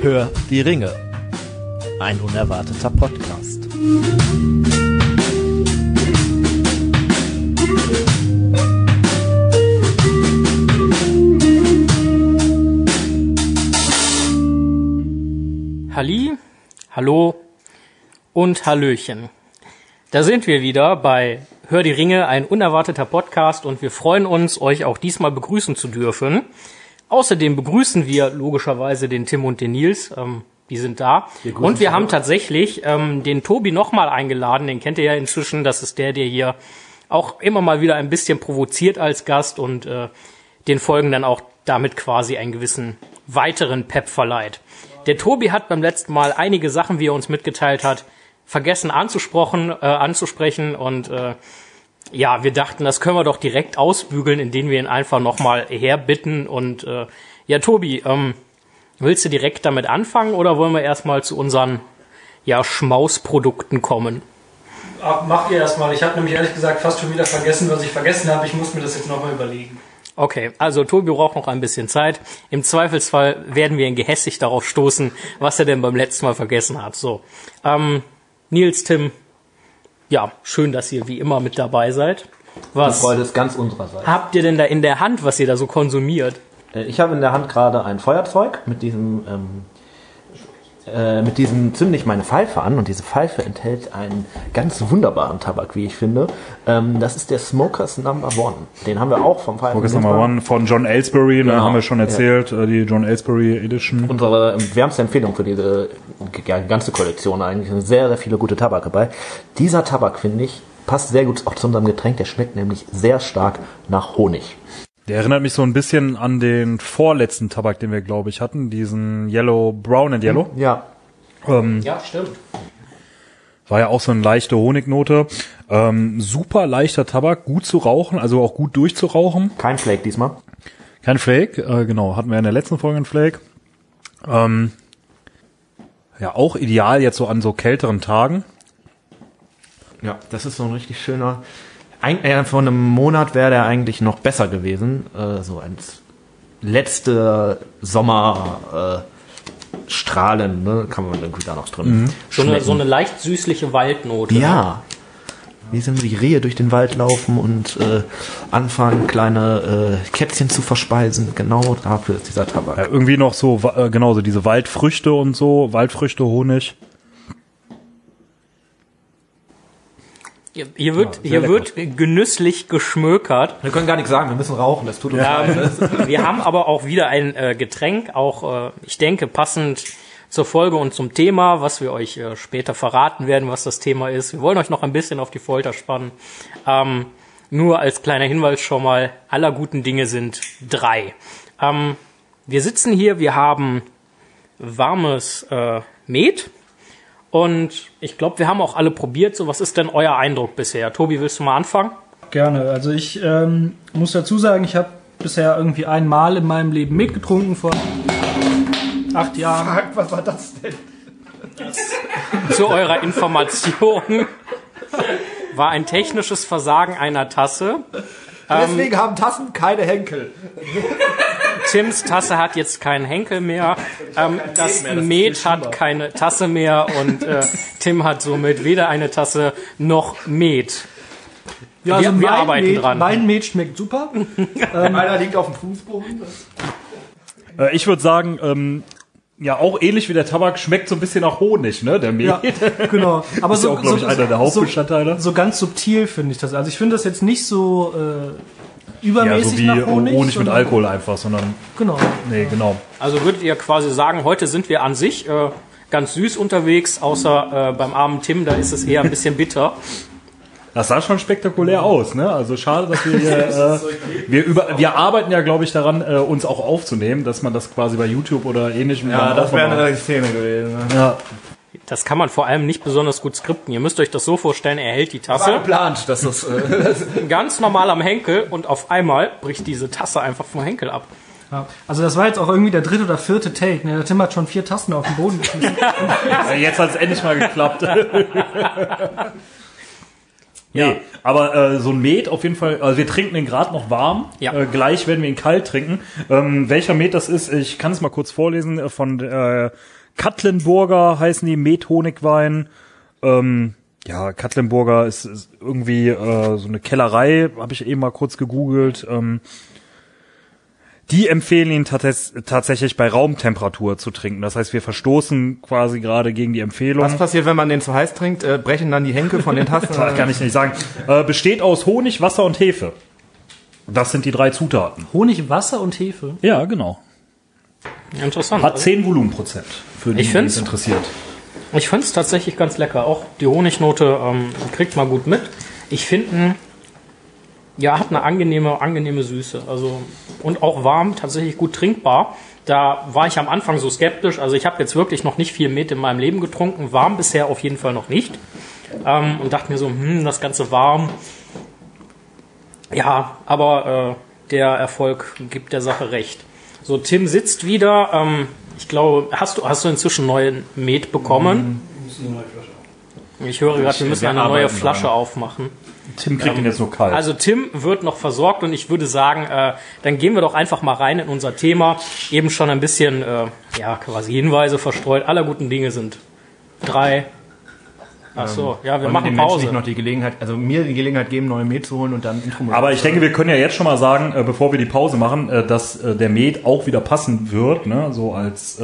Hör die Ringe. Ein unerwarteter Podcast. Halli, hallo und Hallöchen. Da sind wir wieder bei Hör die Ringe, ein unerwarteter Podcast, und wir freuen uns, euch auch diesmal begrüßen zu dürfen. Außerdem begrüßen wir logischerweise den Tim und den Nils, die sind da. Und wir haben tatsächlich den Tobi nochmal eingeladen, den kennt ihr ja inzwischen, das ist der hier auch immer mal wieder ein bisschen provoziert als Gast und den Folgen dann auch damit quasi einen gewissen weiteren Pep verleiht. Der Tobi hat beim letzten Mal einige Sachen, wie er uns mitgeteilt hat, vergessen anzusprechen und ja, wir dachten, das können wir doch direkt ausbügeln, indem wir ihn einfach nochmal herbitten. Und ja, Tobi, willst du direkt damit anfangen oder wollen wir erstmal zu unseren Schmausprodukten kommen? Macht ihr erstmal. Ich habe nämlich ehrlich gesagt fast schon wieder vergessen, was ich vergessen habe. Ich muss mir das jetzt nochmal überlegen. Okay, also Tobi braucht noch ein bisschen Zeit. Im Zweifelsfall werden wir ihn gehässig darauf stoßen, was er denn beim letzten Mal vergessen hat. So, Nils, Tim, ja, schön, dass ihr wie immer mit dabei seid. Die Freude ist ganz unsererseits. Habt ihr denn da in der Hand, was ihr da so konsumiert? Ich habe in der Hand gerade ein Feuerzeug mit diesem zünde ich meine Pfeife an, und diese Pfeife enthält einen ganz wunderbaren Tabak, wie ich finde. Das ist der Smokers No. 1. Den haben wir auch vom Pfeifen. Smokers No. 1 von John Aylesbury, genau. Haben wir schon erzählt, die John Aylesbury Edition. Unsere wärmste Empfehlung für diese ganze Kollektion eigentlich. Sind sehr, sehr viele gute Tabak dabei. Dieser Tabak, finde ich, passt sehr gut auch zu unserem Getränk. Der schmeckt nämlich sehr stark nach Honig. Der erinnert mich so ein bisschen an den vorletzten Tabak, den wir, glaube ich, hatten. Diesen Brown and Yellow. Ja. Ja, stimmt. War ja auch so eine leichte Honignote. Super leichter Tabak, gut zu rauchen, also auch gut durchzurauchen. Kein Flake diesmal. Kein Flake, genau. Hatten wir in der letzten Folge einen Flake. Ja, auch ideal jetzt so an so kälteren Tagen. Ja, das ist so ein richtig schöner... Vor einem Monat wäre der eigentlich noch besser gewesen. So als letzte Sommerstrahlen, ne, kann man irgendwie da noch drin schmecken. So eine leicht süßliche Waldnote. Ja. Wie sind die Rehe durch den Wald laufen und anfangen, kleine Kätzchen zu verspeisen. Genau dafür ist dieser Tabak. Ja, irgendwie noch so, so diese Waldfrüchte und so, Waldfrüchte, Honig. Hier wird genüsslich geschmökert. Wir können gar nichts sagen, wir müssen rauchen, das tut uns leid. Wir haben aber auch wieder ein Getränk, auch ich denke passend zur Folge und zum Thema, was wir euch später verraten werden, was das Thema ist. Wir wollen euch noch ein bisschen auf die Folter spannen. Nur als kleiner Hinweis schon mal, aller guten Dinge sind 3. Wir sitzen hier, wir haben warmes Met. Und ich glaube, wir haben auch alle probiert. So, was ist denn euer Eindruck bisher? Tobi, willst du mal anfangen? Gerne. Also ich muss dazu sagen, ich habe bisher irgendwie einmal in meinem Leben mitgetrunken vor 8 Jahren. Fuck, was war das denn? Zu eurer Information war ein technisches Versagen einer Tasse. Deswegen haben Tassen keine Henkel. Tims Tasse hat jetzt keinen Henkel mehr. Das Met hat keine Tasse mehr und Tim hat somit weder eine Tasse noch Met. Ja, also wir arbeiten dran. Mein Met schmeckt super. Meiner liegt auf dem Fußboden. Ich würde sagen, ja, auch ähnlich wie der Tabak schmeckt so ein bisschen nach Honig, ne, der Met. Ja, genau. Aber ist ja auch, glaube ich, einer der Hauptbestandteile. So ganz subtil finde ich das. Also ich finde das jetzt nicht so übermäßig ja, so wie nach Honig mit Alkohol einfach, sondern... Genau. Nee, genau. Also würdet ihr quasi sagen, heute sind wir an sich ganz süß unterwegs, außer beim armen Tim, da ist es eher ein bisschen bitter. Das sah schon spektakulär aus, ne? Also schade, dass wir hier, wir arbeiten ja, glaube ich, daran, uns auch aufzunehmen, dass man das quasi bei YouTube oder ähnlichem... Ja, das wäre eine Szene gewesen. Ne? Ja. Das kann man vor allem nicht besonders gut skripten. Ihr müsst euch das so vorstellen, er hält die Tasse geplant, dass das ganz normal am Henkel und auf einmal bricht diese Tasse einfach vom Henkel ab. Ja, also das war jetzt auch irgendwie der 3. oder 4. Take. Ne? Der Tim hat schon 4 Tassen auf den Boden geschmissen. Jetzt hat es endlich mal geklappt. Ja. Nee, aber so ein Met auf jeden Fall, also wir trinken den gerade noch warm. Ja. Gleich werden wir ihn kalt trinken. Welcher Met das ist, ich kann es mal kurz vorlesen. Von Katlenburger heißen die, Met-Honigwein. Ja, Katlenburger ist irgendwie so eine Kellerei, habe ich eben mal kurz gegoogelt. Die empfehlen ihn tatsächlich bei Raumtemperatur zu trinken. Das heißt, wir verstoßen quasi gerade gegen die Empfehlung. Was passiert, wenn man den zu heiß trinkt? Brechen dann die Henkel von den Tassen? Das kann ich nicht sagen. Besteht aus Honig, Wasser und Hefe. Das sind die 3 Zutaten. Honig, Wasser und Hefe. Ja, genau. Interessant. Hat 10 Volumenprozent. Für die, die es interessiert. Ich finde es tatsächlich ganz lecker. Auch die Honignote kriegt man gut mit. Ich finde, hat eine angenehme Süße. Also, und auch warm, tatsächlich gut trinkbar. Da war ich am Anfang so skeptisch. Also ich habe jetzt wirklich noch nicht viel Met in meinem Leben getrunken. Warm bisher auf jeden Fall noch nicht. Und dachte mir so, das Ganze warm. Ja, aber der Erfolg gibt der Sache recht. So, Tim sitzt wieder. Ich glaube, hast du inzwischen neuen Met bekommen? Ich höre gerade, wir müssen eine neue Flasche aufmachen. Tim kriegt ihn jetzt nur kalt. Also Tim wird noch versorgt und ich würde sagen, dann gehen wir doch einfach mal rein in unser Thema. Eben schon ein bisschen, quasi Hinweise verstreut. Aller guten Dinge sind 3. Ach so, ja, wir machen Pause. Nicht noch die Gelegenheit, also mir die Gelegenheit geben, neue Met zu holen und dann Intro. Aber ich denke, wir können ja jetzt schon mal sagen, bevor wir die Pause machen, dass der Met auch wieder passen wird, ne? So als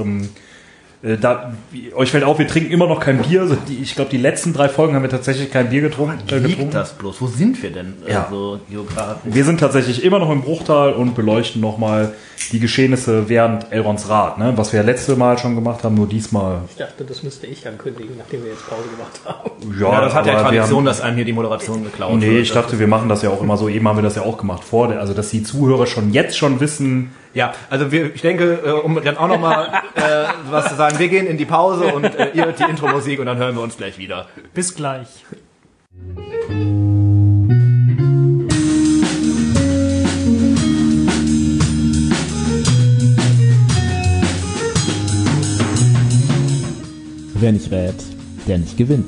euch fällt auf, wir trinken immer noch kein Bier. Also ich glaube, die letzten 3 Folgen haben wir tatsächlich kein Bier getrunken. Liegt das bloß? Wo sind wir denn? Ja. Also geografisch. Wir sind tatsächlich immer noch im Bruchtal und beleuchten nochmal die Geschehnisse während Elrons Rat, ne? Was wir ja letzte Mal schon gemacht haben, nur diesmal. Ich dachte, das müsste ich ankündigen, nachdem wir jetzt Pause gemacht haben. Ja, das hat ja Tradition, dass einem hier die Moderation geklaut wird. Nee, ich dachte, wir machen das ja auch immer so. Eben haben wir das ja auch gemacht also dass die Zuhörer jetzt schon wissen. Ja, also ich denke, um dann auch nochmal was zu sagen, wir gehen in die Pause und ihr hört die Intro-Musik und dann hören wir uns gleich wieder. Bis gleich. Wer nicht rät, der nicht gewinnt.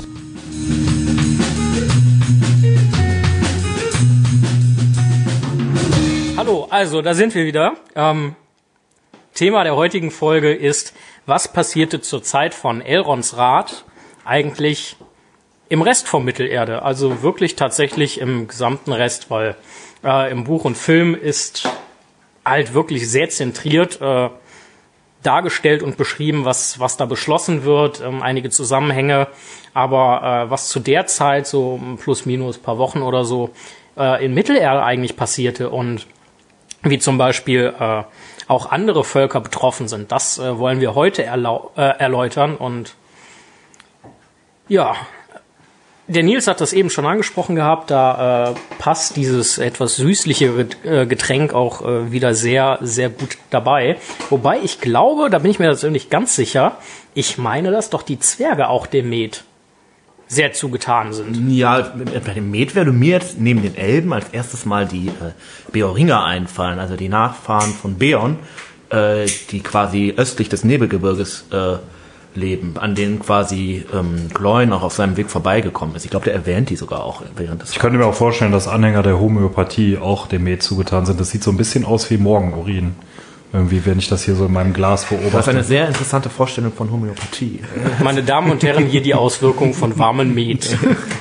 Hallo, also da sind wir wieder. Thema der heutigen Folge ist, was passierte zur Zeit von Elrons Rat eigentlich im Rest von Mittelerde? Also wirklich tatsächlich im gesamten Rest, weil im Buch und Film ist halt wirklich sehr zentriert dargestellt und beschrieben, was da beschlossen wird, einige Zusammenhänge, aber was zu der Zeit, so plus minus paar Wochen oder so, in Mittelerde eigentlich passierte und wie zum Beispiel auch andere Völker betroffen sind, das wollen wir heute erläutern. Und ja, der Nils hat das eben schon angesprochen gehabt, da passt dieses etwas süßliche Getränk auch wieder sehr, sehr gut dabei. Wobei ich glaube, da bin ich mir jetzt nicht ganz sicher, ich meine, dass doch die Zwerge auch dem Met sehr zugetan sind. Ja, bei dem Met würde mir jetzt neben den Elben als erstes mal die Beoringer einfallen, also die Nachfahren von Beorn, die quasi östlich des Nebelgebirges leben, an denen quasi Gloin auch auf seinem Weg vorbeigekommen ist. Ich glaube, der erwähnt die sogar auch während des. Ich könnte mir auch vorstellen, dass Anhänger der Homöopathie auch dem Met zugetan sind. Das sieht so ein bisschen aus wie Morgenurin. Irgendwie, wenn ich das hier so in meinem Glas beobachte. Das ist eine sehr interessante Vorstellung von Homöopathie. Meine Damen und Herren, hier die Auswirkung von warmem Met.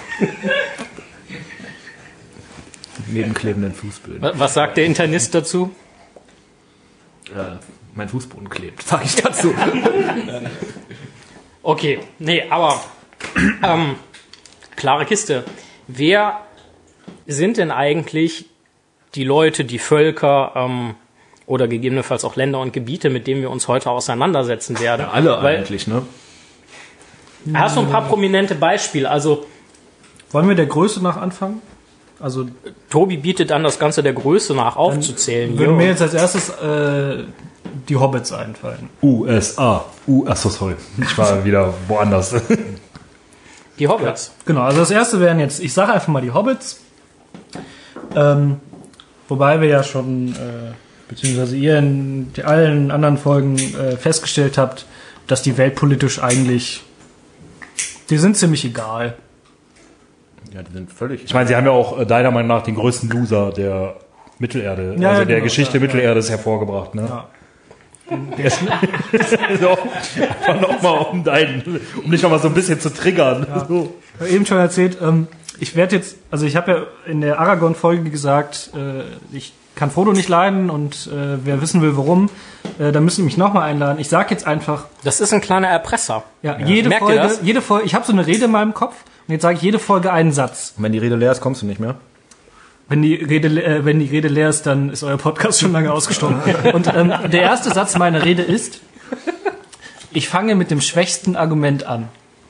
Neben klebenden Fußböden. Was sagt der Internist dazu? Mein Fußboden klebt, sage ich dazu. Okay, nee, aber klare Kiste. Wer sind denn eigentlich die Leute, die Völker oder gegebenenfalls auch Länder und Gebiete, mit denen wir uns heute auseinandersetzen werden? Ja, alle eigentlich, ne? Hast du ein paar prominente Beispiele? Also Wollen wir der Größe nach anfangen? Also Tobi bietet an, das Ganze der Größe nach aufzuzählen. würden mir jetzt als erstes die Hobbits einfallen. USA. Achso, sorry. Ich war wieder woanders. Die Hobbits. Genau, also das erste wären jetzt, ich sage einfach mal die Hobbits. Wobei wir ja schon, beziehungsweise ihr in allen anderen Folgen festgestellt habt, dass die weltpolitisch eigentlich, die sind ziemlich egal. Ja, die sind völlig... Ich meine, sie haben ja auch deiner Meinung nach den größten Loser der Mittelerde, Ja, also ja, der genau, Geschichte ja, Mittelerdes hervorgebracht, ne? Ja. So, einfach nochmal, um dich nochmal so ein bisschen zu triggern. Ja. So. Ich habe eben schon erzählt, ich werde jetzt, also ich habe ja in der Aragorn-Folge gesagt, ich kann Frodo nicht leiden und wer wissen will, warum, dann müssen die mich nochmal einladen. Ich sage jetzt einfach... Das ist ein kleiner Erpresser. Ja, jede Merkt ihr das? Folge, ich habe so eine Rede in meinem Kopf und jetzt sage ich jede Folge einen Satz. Und wenn die Rede leer ist, kommst du nicht mehr. Wenn die Rede leer ist, dann ist euer Podcast schon lange ausgestorben. Und der erste Satz meiner Rede ist, ich fange mit dem schwächsten Argument an.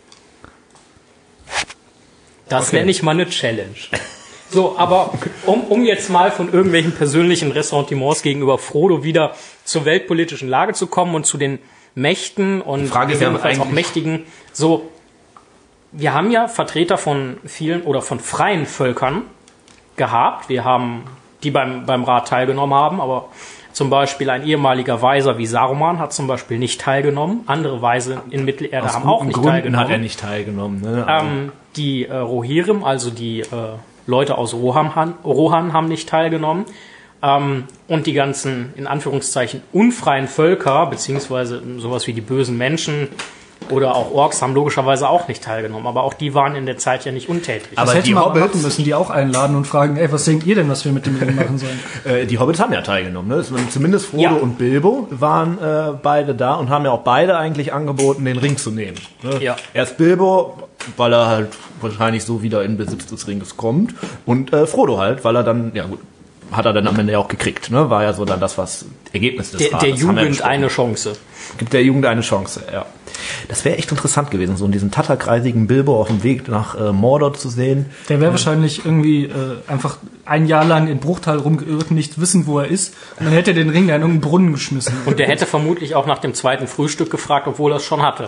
Das nenne ich mal eine Challenge. So, aber um jetzt mal von irgendwelchen persönlichen Ressentiments gegenüber Frodo wieder zur weltpolitischen Lage zu kommen und zu den Mächten und Frage ist ja gegebenenfalls auch eigentlich- Mächtigen, so, wir haben ja Vertreter von vielen oder von freien Völkern gehabt. Wir haben die beim Rat teilgenommen haben, aber zum Beispiel ein ehemaliger Weiser wie Saruman hat zum Beispiel nicht teilgenommen. Andere Weise in Mittelerde haben auch nicht Gründen teilgenommen. hat er nicht teilgenommen. Ne? Die Rohirrim, also die Leute aus Rohan haben nicht teilgenommen. Und die ganzen, in Anführungszeichen, unfreien Völker, beziehungsweise sowas wie die bösen Menschen oder auch Orks, haben logischerweise auch nicht teilgenommen. Aber auch die waren in der Zeit ja nicht untätig. Aber Das hätte die man Hobbits- machen müssen, die auch einladen und fragen, ey, was denkt ihr denn, was wir mit dem Ring machen sollen? Die Hobbits haben ja teilgenommen. Ne? Zumindest Frodo Ja. und Bilbo waren beide da und haben ja auch beide eigentlich angeboten, den Ring zu nehmen. Ne? Ja. Erst Bilbo, weil er halt wahrscheinlich so wieder in Besitz des Ringes kommt. Und Frodo halt, weil er dann, ja gut, hat er dann am Ende ja auch gekriegt. Ne? War ja so dann das, was Ergebnis des der Rates. Haben wir Jugend besprochen. eine Chance. Gibt der Jugend eine Chance, ja. Das wäre echt interessant gewesen, so in diesem tatterkreisigen Bilbo auf dem Weg nach Mordor zu sehen. Der wäre wahrscheinlich irgendwie einfach ein Jahr lang in Bruchtal rumgeirrt, nicht wissend, wo er ist. Und dann hätte er den Ring da in irgendeinen Brunnen geschmissen. Und der hätte vermutlich auch nach dem zweiten Frühstück gefragt, obwohl er es schon hatte.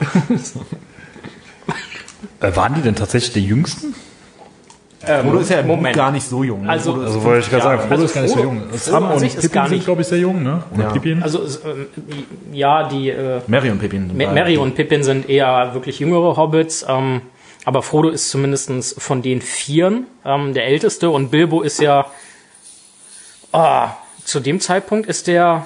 Waren die denn tatsächlich die Jüngsten? Frodo ist ja im Buch Moment. gar nicht so jung. Ne? Also- Frodo ist Also wollte ich gerade sagen, Frodo Also ist gar nicht so Frodo- jung. Frodo Sam an und sich ist Pippin gar sind, nicht- glaube ich, sehr jung, ne? Oder Ja. Pippin? Also, ja, die Merry und Pippin. sind beide. Merry und Pippin sind eher wirklich jüngere Hobbits. Aber Frodo ist zumindest von den Vieren der Älteste. Und Bilbo ist ja... zu dem Zeitpunkt ist der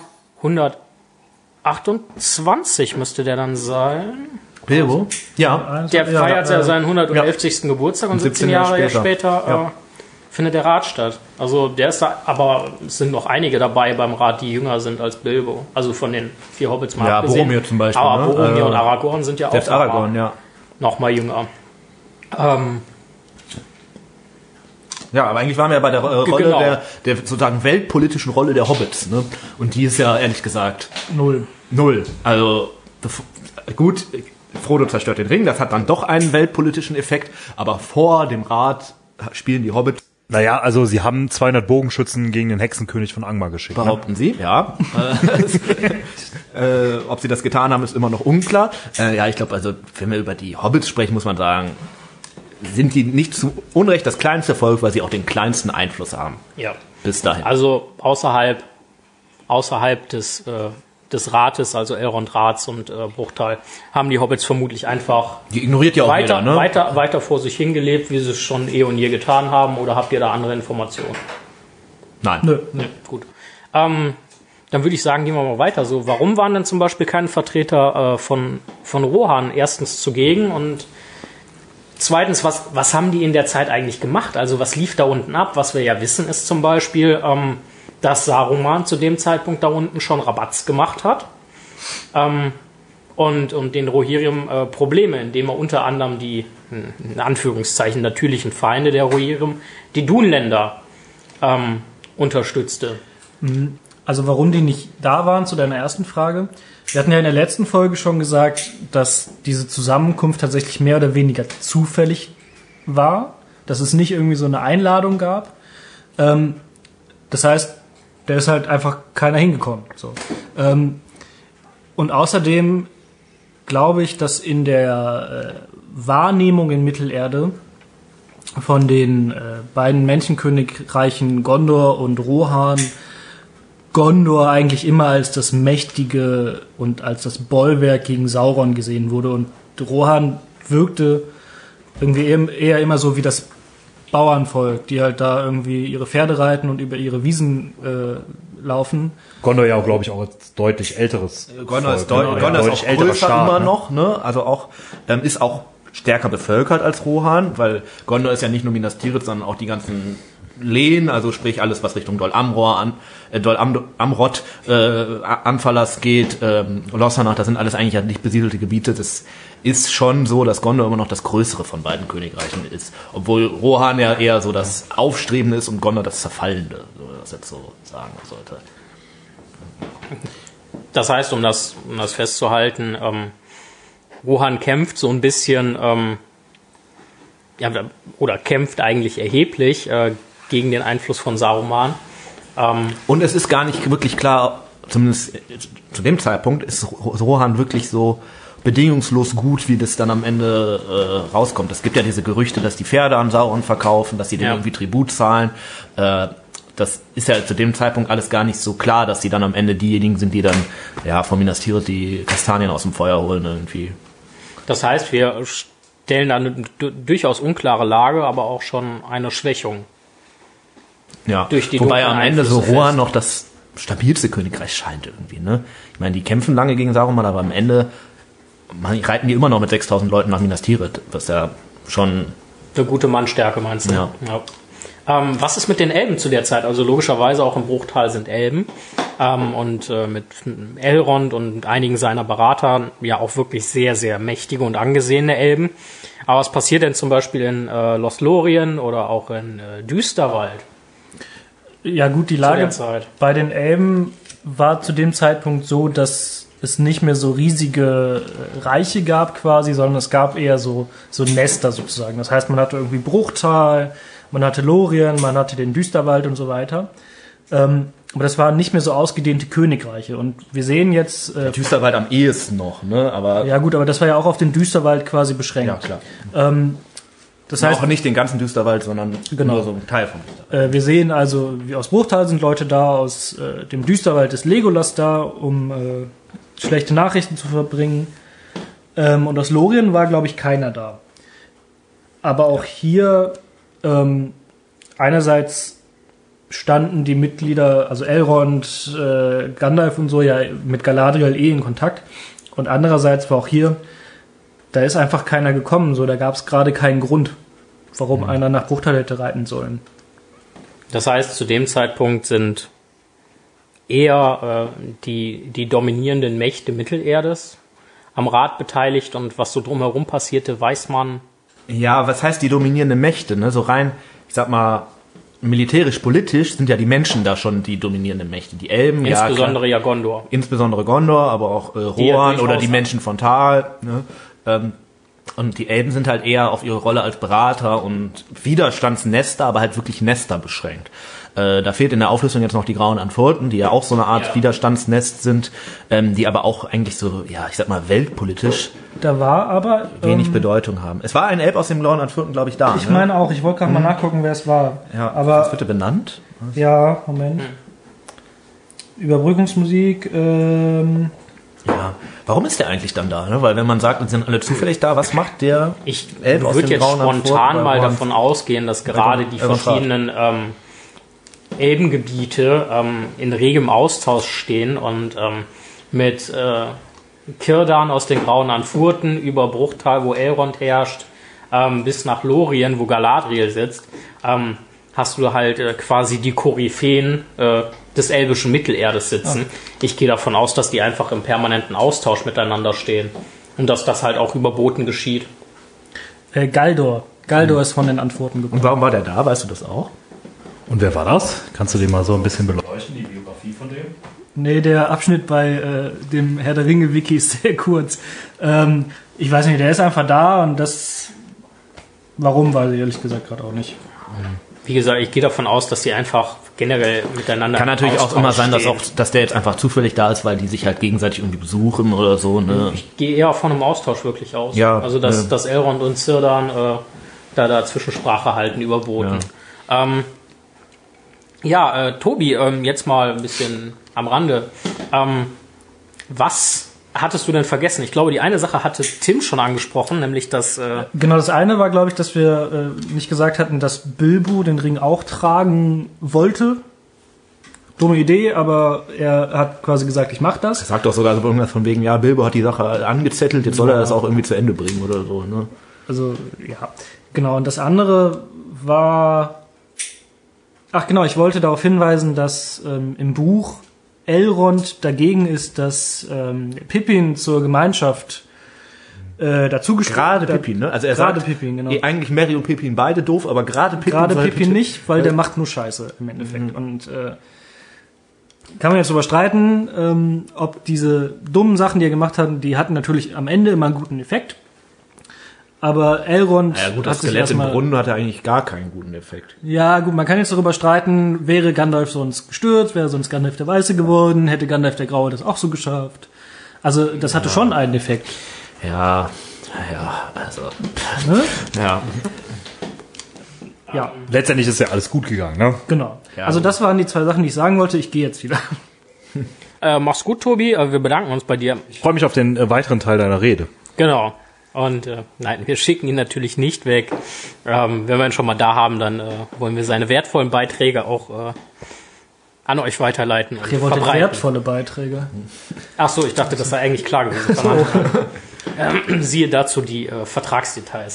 128, müsste der dann sein. Bilbo? Ja. Der feiert ja seinen 111. Geburtstag und 17 Jahre später Ja. findet der Rat statt. Also der ist da, aber es sind noch einige dabei beim Rat, die jünger sind als Bilbo. Also von den 4 Hobbits mal Ja, abgesehen. Boromir zum Beispiel, Aber ne? Boromir und Aragorn sind ja auch Selbst Aragorn, ja. noch mal jünger. Ja, aber eigentlich waren wir ja bei der Rolle Genau. der sozusagen weltpolitischen Rolle der Hobbits, ne? Und die ist ja ehrlich gesagt 0. 0. Also gut, Frodo zerstört den Ring, das hat dann doch einen weltpolitischen Effekt, aber vor dem Rat spielen die Hobbits, Naja, also sie haben 200 Bogenschützen gegen den Hexenkönig von Angmar geschickt. Ne? behaupten sie, ja. Ob sie das getan haben, ist immer noch unklar. Ja, ich glaube, also wenn wir über die Hobbits sprechen, muss man sagen, sind die nicht zu Unrecht das kleinste Volk, weil sie auch den kleinsten Einfluss haben. Ja. Bis dahin. Also außerhalb des Rates, also Elrond Rats und Bruchtal, haben die Hobbits vermutlich einfach Die ignoriert ja auch jeder, ne? weiter vor sich hingelebt, wie sie es schon eh und je getan haben. Oder habt ihr da andere Informationen? Nein. Nö. Nee, gut. Dann würde ich sagen, gehen wir mal weiter. So, warum waren denn zum Beispiel keine Vertreter von Rohan erstens zugegen und zweitens, was haben die in der Zeit eigentlich gemacht? Also was lief da unten ab? Was wir ja wissen, ist zum Beispiel, dass Saruman zu dem Zeitpunkt da unten schon Rabatz gemacht hat und den Rohirrim Probleme, indem er unter anderem die, in Anführungszeichen, natürlichen Feinde der Rohirrim, die Dunländer, unterstützte. Also warum die nicht da waren, zu deiner ersten Frage. Wir hatten ja in der letzten Folge schon gesagt, dass diese Zusammenkunft tatsächlich mehr oder weniger zufällig war, dass es nicht irgendwie so eine Einladung gab. Das heißt, da ist halt einfach keiner hingekommen. So. Und außerdem glaube ich, dass in der Wahrnehmung in Mittelerde von den beiden Menschenkönigreichen Gondor und Rohan Gondor eigentlich immer als das Mächtige und als das Bollwerk gegen Sauron gesehen wurde und Rohan wirkte irgendwie eher immer so wie das Bauernvolk, die halt da irgendwie ihre Pferde reiten und über ihre Wiesen laufen. Gondor ja, glaube ich, auch als deutlich älteres Gondor ist, Volk, ne? Gondor ist deutlich auch älterer größer Staat, immer ne? noch, ne? Also auch, ist auch stärker bevölkert als Rohan, weil Gondor ist ja nicht nur Minas Tirith, sondern auch die ganzen Lehen, also sprich alles, was Richtung Dol Amroth, Anfalas geht, Lossarnach, das sind alles eigentlich ja nicht besiedelte Gebiete. Das ist schon so, dass Gondor immer noch das größere von beiden Königreichen ist. Obwohl Rohan ja eher so das Aufstrebende ist und Gondor das Zerfallende, so das jetzt so sagen sollte. Das heißt, um das festzuhalten, Rohan kämpft so ein bisschen, oder kämpft eigentlich erheblich gegen den Einfluss von Saruman. Und es ist gar nicht wirklich klar, zumindest zu dem Zeitpunkt, ist Rohan wirklich so bedingungslos gut, wie das dann am Ende rauskommt. Es gibt ja diese Gerüchte, dass die Pferde an Sauron verkaufen, dass sie denen irgendwie Tribut zahlen. Das ist ja zu dem Zeitpunkt alles gar nicht so klar, dass sie dann am Ende diejenigen sind, die dann von Minas Tirith die Kastanien aus dem Feuer holen irgendwie. Das heißt, wir stellen da eine durchaus unklare Lage, aber auch schon eine Schwächung. Ja, Durch die wobei am Ende so Einflüsse Rohan noch das stabilste Königreich scheint irgendwie, ne? Ich meine, die kämpfen lange gegen Saruman, aber am Ende reiten die immer noch mit 6.000 Leuten nach Minas Tirith, was ja schon eine gute Mannstärke, meinst du? Ja. Was ist mit den Elben zu der Zeit? Also logischerweise auch im Bruchtal sind Elben und mit Elrond und einigen seiner Berater ja auch wirklich sehr, sehr mächtige und angesehene Elben. Aber was passiert denn zum Beispiel in Lothlorien oder auch in Düsterwald? Ja gut, die Lage bei den Elben war zu dem Zeitpunkt so, dass es nicht mehr so riesige Reiche gab quasi, sondern es gab eher so Nester sozusagen. Das heißt, man hatte irgendwie Bruchtal, man hatte Lorien, man hatte den Düsterwald und so weiter. Aber das waren nicht mehr so ausgedehnte Königreiche. Und wir sehen jetzt... Düsterwald am ehesten noch, ne? Aber ja gut, aber das war ja auch auf den Düsterwald quasi beschränkt. ja, klar. Das heißt, auch nicht den ganzen Düsterwald, sondern nur so ein Teil vom Düsterwald. wir sehen also, wie aus Bruchtal sind Leute da, aus dem Düsterwald ist Legolas da, um schlechte Nachrichten zu verbringen. Und aus Lorien war, glaube ich, keiner da. Aber auch hier einerseits standen die Mitglieder, also Elrond, Gandalf und so, ja mit Galadriel in Kontakt. Und andererseits war auch hier, da ist einfach keiner gekommen. So, da gab es gerade keinen Grund, warum einer nach Bruchtal hätte reiten sollen. Das heißt, zu dem Zeitpunkt sind eher die dominierenden Mächte Mittelerdes am Rat beteiligt und was so drumherum passierte, weiß man. Ja, was heißt die dominierenden Mächte? Ne? So rein, ich sag mal, militärisch-politisch sind ja die Menschen da schon die dominierenden Mächte. Die Elben, insbesondere ja Gondor. Insbesondere Gondor, aber auch Rohan oder die Menschen von Tal. Ne? Und die Elben sind halt eher auf ihre Rolle als Berater und Widerstandsnester, aber halt wirklich Nester beschränkt. Da fehlt in der Auflistung jetzt noch die Grauen Antworten, die ja auch so eine Art Widerstandsnest sind, die aber auch eigentlich so, ja, ich sag mal, weltpolitisch Da war aber wenig Bedeutung haben. Es war ein Elb aus dem Grauen Antworten, glaube ich, da. Ich meine auch, ich wollte gerade mal nachgucken, wer es war. Ja, aber was wird er benannt? Ja, Moment. Überbrückungsmusik, Ja, warum ist der eigentlich dann da? Ne? Weil wenn man sagt, sind alle zufällig da, was macht der? Ich Elb aus würde dem jetzt Grauen spontan Antworten, mal oder davon ausgehen, dass gerade die verschiedenen Elbengebiete in regem Austausch stehen und mit Círdan aus den Grauen Anfurten über Bruchtal, wo Elrond herrscht, bis nach Lorien, wo Galadriel sitzt, hast du halt quasi die Koryphäen des elbischen Mittelerdes sitzen. Ich gehe davon aus, dass die einfach im permanenten Austausch miteinander stehen und dass das halt auch über Boten geschieht. Galdor. Galdor ist von den Antworten gekommen. Und warum war der da? Weißt du das auch? Und wer war das? Kannst du den mal so ein bisschen beleuchten, die Biografie von dem? Nee, der Abschnitt bei dem Herr der Ringe-Wiki ist sehr kurz. Ich weiß nicht, der ist einfach da und das... Warum, weiß ich ehrlich gesagt gerade auch nicht. Wie gesagt, ich gehe davon aus, dass die einfach generell miteinander Kann natürlich auch immer sein, dass der jetzt einfach zufällig da ist, weil die sich halt gegenseitig irgendwie besuchen oder so. Ne? Ich gehe eher von einem Austausch wirklich aus. Ja, also dass Elrond und Círdan da Zwischensprache halten über Boten. Ja, Tobi, jetzt mal ein bisschen am Rande. Was hattest du denn vergessen? Ich glaube, die eine Sache hatte Tim schon angesprochen, nämlich dass... Genau, das eine war, glaube ich, dass wir nicht gesagt hatten, dass Bilbo den Ring auch tragen wollte. Dumme Idee, aber er hat quasi gesagt, ich mach das. Er sagt doch sogar so irgendwas von wegen, ja, Bilbo hat die Sache angezettelt, jetzt soll er das auch irgendwie zu Ende bringen oder so, ne? Also, ja. Genau, und das andere war... Ach genau, ich wollte darauf hinweisen, dass im Buch Elrond dagegen ist, dass Pippin zur Gemeinschaft dazugestellt. Gerade Pippin, ne? Also er sagt, Pippin, genau. Eigentlich Merry und Pippin beide doof, aber gerade Pippin. Gerade Pippin nicht, weil der macht nur Scheiße im Endeffekt. Und kann man jetzt darüber streiten, ob diese dummen Sachen, die er gemacht hat, die hatten natürlich am Ende immer einen guten Effekt. Aber Elrond Ja gut, hat das sich Skelett im erstmal... Brunnen hatte eigentlich gar keinen guten Effekt. Ja, gut, man kann jetzt darüber streiten, wäre Gandalf sonst gestürzt, wäre sonst Gandalf der Weiße geworden, hätte Gandalf der Graue das auch so geschafft. Also, das hatte schon einen Effekt. Ja, also. Ne? Ja. Ja, Letztendlich ist ja alles gut gegangen, ne? genau. Ja. Also, das waren die zwei Sachen, die ich sagen wollte. Ich gehe jetzt wieder. mach's gut, Tobi. Wir bedanken uns bei dir. Ich freue mich auf den weiteren Teil deiner Rede. Genau. Und nein, wir schicken ihn natürlich nicht weg. Wenn wir ihn schon mal da haben, dann wollen wir seine wertvollen Beiträge auch an euch weiterleiten und Ihr wolltet verbreiten. wertvolle Beiträge. Ach so, ich dachte, das sei eigentlich klar gewesen. Von Anfang an. Siehe dazu die Vertragsdetails.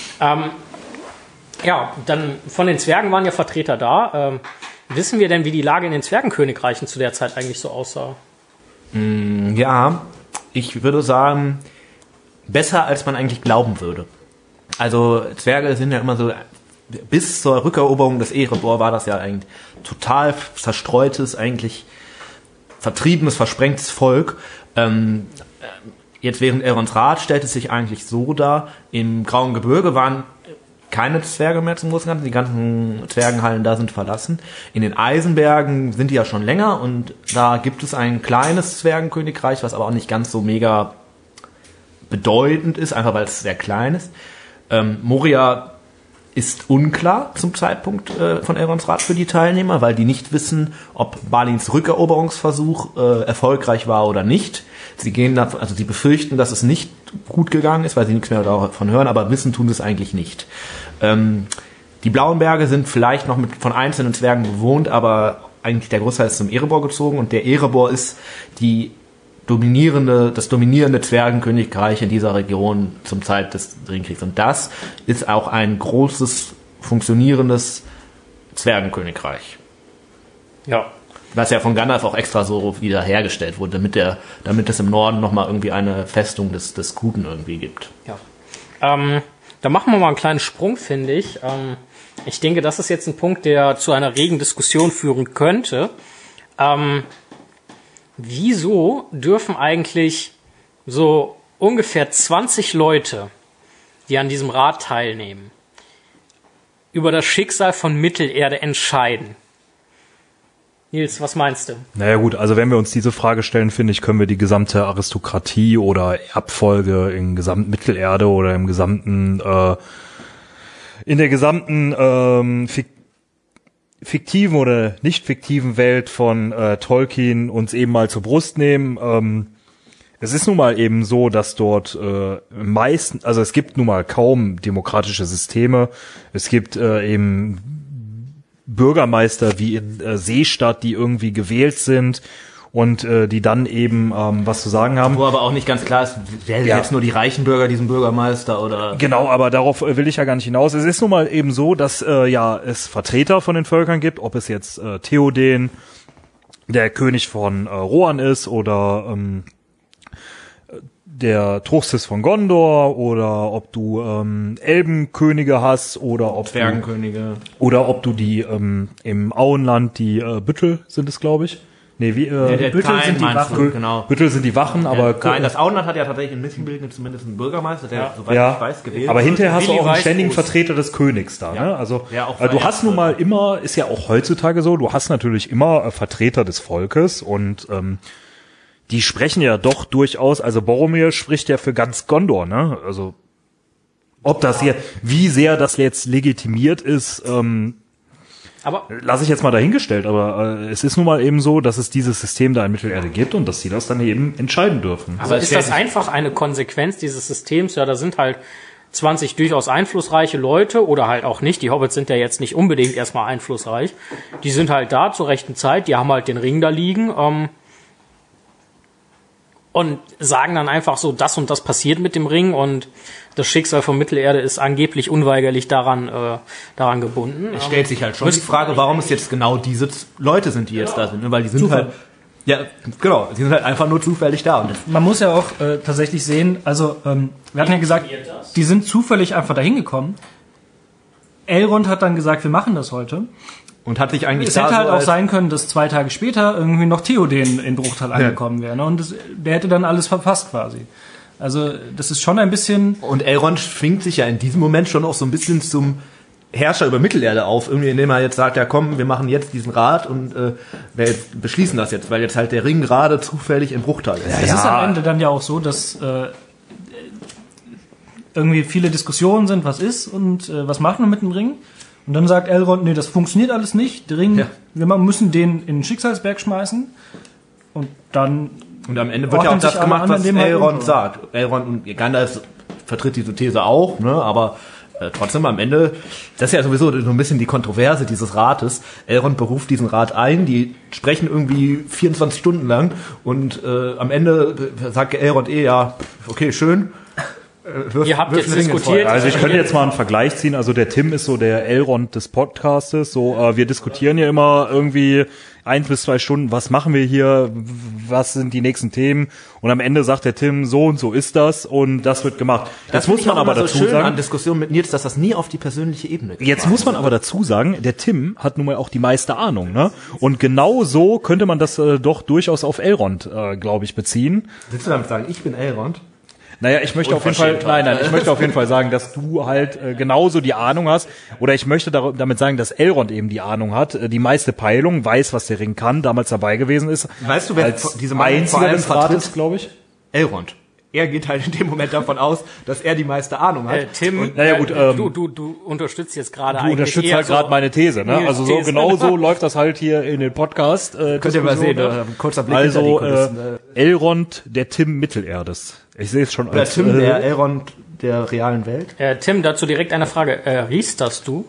Ja, dann von den Zwergen waren ja Vertreter da. Wissen wir denn, wie die Lage in den Zwergenkönigreichen zu der Zeit eigentlich so aussah? Ja, ich würde sagen, besser als man eigentlich glauben würde. Also Zwerge sind ja immer so, bis zur Rückeroberung des Erebor war das ja eigentlich total zerstreutes, eigentlich vertriebenes, versprengtes Volk. Jetzt während Elrons Rat stellt es sich eigentlich so dar, im Grauen Gebirge waren keine Zwerge mehr zum großen Ganzen, die ganzen Zwergenhallen da sind verlassen. In den Eisenbergen sind die ja schon länger und da gibt es ein kleines Zwergenkönigreich, was aber auch nicht ganz so mega bedeutend ist, einfach weil es sehr klein ist. Moria ist unklar zum Zeitpunkt von Elrons Rat für die Teilnehmer, weil die nicht wissen, ob Balins Rückeroberungsversuch erfolgreich war oder nicht. Sie befürchten, dass es nicht gut gegangen ist, weil sie nichts mehr davon hören, aber wissen tun sie es eigentlich nicht. Die Blauen Berge sind vielleicht noch von einzelnen Zwergen bewohnt, aber eigentlich der Großteil ist zum Erebor gezogen und der Erebor ist das dominierende Zwergenkönigreich in dieser Region zum Zeit des Ringkriegs. Und das ist auch ein großes, funktionierendes Zwergenkönigreich. Ja. Was ja von Gandalf auch extra so wieder hergestellt wurde, damit es im Norden nochmal irgendwie eine Festung des Guten irgendwie gibt. Ja. Da machen wir mal einen kleinen Sprung, finde ich. Ich denke, das ist jetzt ein Punkt, der zu einer regen Diskussion führen könnte. Wieso dürfen eigentlich so ungefähr 20 Leute, die an diesem Rat teilnehmen, über das Schicksal von Mittelerde entscheiden? Nils, was meinst du? Naja gut, also wenn wir uns diese Frage stellen, finde ich, können wir die gesamte Aristokratie oder Erbfolge in gesamten Mittelerde oder in der gesamten fiktiven oder nicht fiktiven Welt von Tolkien uns eben mal zur Brust nehmen. Es ist nun mal eben so, dass dort also es gibt nun mal kaum demokratische Systeme. Es gibt eben Bürgermeister wie in Seestadt, die irgendwie gewählt sind und die dann eben was zu sagen haben. Wo aber auch nicht ganz klar ist, wer jetzt nur die reichen Bürger diesen Bürgermeister oder... Genau, aber darauf will ich ja gar nicht hinaus. Es ist nun mal eben so, dass es Vertreter von den Völkern gibt, ob es jetzt Theoden, der König von Rohan ist oder der Truchsess von Gondor oder ob du Elbenkönige hast oder ob Zwergenkönige. Ob du die im Auenland die Büttel sind es, glaube ich. Nee, wie Büttel sind die Wachen. Genau. Büttel sind die Wachen, aber Nein, das Auenland hat ja tatsächlich in Missingbilden zumindest einen Bürgermeister, der, soweit ich weiß, gewählt aber wird. hinterher hast du Willi auch einen ständigen Weißfuß. Vertreter des Königs da. Ja. Ne? Also Ja, auch du hast nun mal wird. immer, ist ja auch heutzutage so, du hast natürlich immer Vertreter des Volkes und die sprechen ja doch durchaus, also Boromir spricht ja für ganz Gondor, ne? Also ob das hier, wie sehr das jetzt legitimiert ist, Aber lasse ich jetzt mal dahingestellt, aber es ist nun mal eben so, dass es dieses System da in Mittelerde gibt und dass sie das dann eben entscheiden dürfen. aber ist das einfach eine Konsequenz dieses Systems? Ja, da sind halt 20 durchaus einflussreiche Leute oder halt auch nicht. Die Hobbits sind ja jetzt nicht unbedingt erstmal einflussreich. Die sind halt da zur rechten Zeit, die haben halt den Ring da liegen und sagen dann einfach so, das und das passiert mit dem Ring und das Schicksal von Mittelerde ist angeblich unweigerlich daran gebunden. Es stellt sich halt schon die Frage, warum es jetzt genau diese Leute sind, die jetzt da sind, ne? Weil die sind halt, ja, genau, die sind halt einfach nur zufällig da. Und Man muss ja auch tatsächlich sehen, also wir hatten ja gesagt, die sind zufällig einfach dahin gekommen. Elrond hat dann gesagt, wir machen das heute. und hat sich eigentlich Es hätte halt so auch als- sein können, dass 2 Tage später irgendwie noch Theoden in Bruchtal angekommen wäre. Ne? Und der hätte dann alles verpasst quasi. Also das ist schon ein bisschen... Und Elrond schwingt sich ja in diesem Moment schon auch so ein bisschen zum Herrscher über Mittelerde auf, irgendwie, indem er jetzt sagt, ja komm, wir machen jetzt diesen Rat und wir beschließen das jetzt, weil jetzt halt der Ring gerade zufällig in Bruchtal ist. Es ist am Ende dann ja auch so, dass irgendwie viele Diskussionen sind, was ist und was machen wir mit dem Ring. Und dann sagt Elrond, nee, das funktioniert alles nicht. Der Ring, wir müssen den in den Schicksalsberg schmeißen. Und dann... Und am Ende wird ja auch ordnen sich das alle gemacht, an, was indem halt Elrond unten- sagt. Elrond und Gandalf vertritt diese These auch, ne, aber trotzdem am Ende, das ist ja sowieso so ein bisschen die Kontroverse dieses Rates. Elrond beruft diesen Rat ein, die sprechen irgendwie 24 Stunden lang und am Ende sagt Elrond ja, okay, schön. Ihr habt jetzt diskutiert. Also ich könnte jetzt mal einen Vergleich ziehen. Also der Tim ist so der Elrond des Podcastes. So, wir diskutieren ja immer irgendwie 1 bis 2 Stunden. Was machen wir hier? Was sind die nächsten Themen? Und am Ende sagt der Tim, so und so ist das und das wird gemacht. Das Jetzt muss man aber so dazu schön an sagen, Diskussionen mit Nils, dass das nie auf die persönliche Ebene geht. jetzt muss man aber dazu sagen, der Tim hat nun mal auch die meiste Ahnung, ne? Und genau so könnte man das doch durchaus auf Elrond, glaube ich, beziehen. Willst du damit sagen, ich bin Elrond? Naja, ich möchte auf jeden Fall, ich möchte auf jeden Fall sagen, dass du halt genauso die Ahnung hast, oder ich möchte damit sagen, dass Elrond eben die Ahnung hat, die meiste Peilung, weiß, was der Ring kann, damals dabei gewesen ist. Weißt du, wer als diese Meinung vor einziger allem des Rates, vertritt? glaube ich. Elrond. Er geht halt in dem Moment davon aus, dass er die meiste Ahnung hat. Tim, naja, gut, du unterstützt jetzt gerade Du eigentlich unterstützt eher halt gerade so meine These, ne? Nils' Also so These. genau so läuft das halt hier in den Podcast. Könnt ihr mal sehen, kurzer Blick hinter die Also Kulissen. Elrond, der Tim Mittelerdes. Ich sehe es schon Der als Tim, der Elrond der realen Welt. Tim, dazu direkt eine Frage. Riesterst du?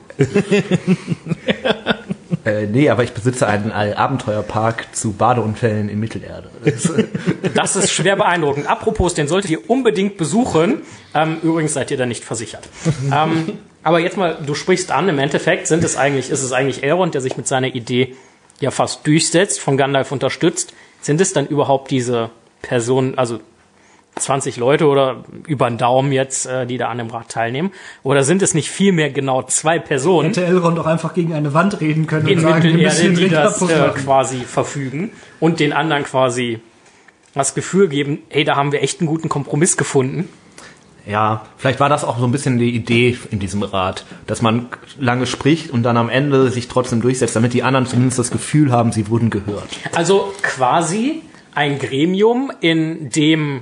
Nee, aber ich besitze einen Abenteuerpark zu Badeunfällen in Mittelerde. Das ist schwer beeindruckend. Apropos, den solltet ihr unbedingt besuchen. Übrigens seid ihr da nicht versichert. Aber jetzt mal, du sprichst an, im Endeffekt ist es eigentlich Elrond, der sich mit seiner Idee ja fast durchsetzt, von Gandalf unterstützt. Sind es dann überhaupt diese Personen, also 20 Leute oder über den Daumen jetzt, die da an dem Rat teilnehmen? Oder sind es nicht vielmehr genau 2 Personen Hätte Elrond auch einfach gegen eine Wand reden können in und sagen, wir Mittelerde, müssen den die Ring das kaputt machen. quasi verfügen und den anderen quasi das Gefühl geben, hey, da haben wir echt einen guten Kompromiss gefunden. Ja, vielleicht war das auch so ein bisschen die Idee in diesem Rat, dass man lange spricht und dann am Ende sich trotzdem durchsetzt, damit die anderen zumindest das Gefühl haben, sie wurden gehört. Also quasi ein Gremium, in dem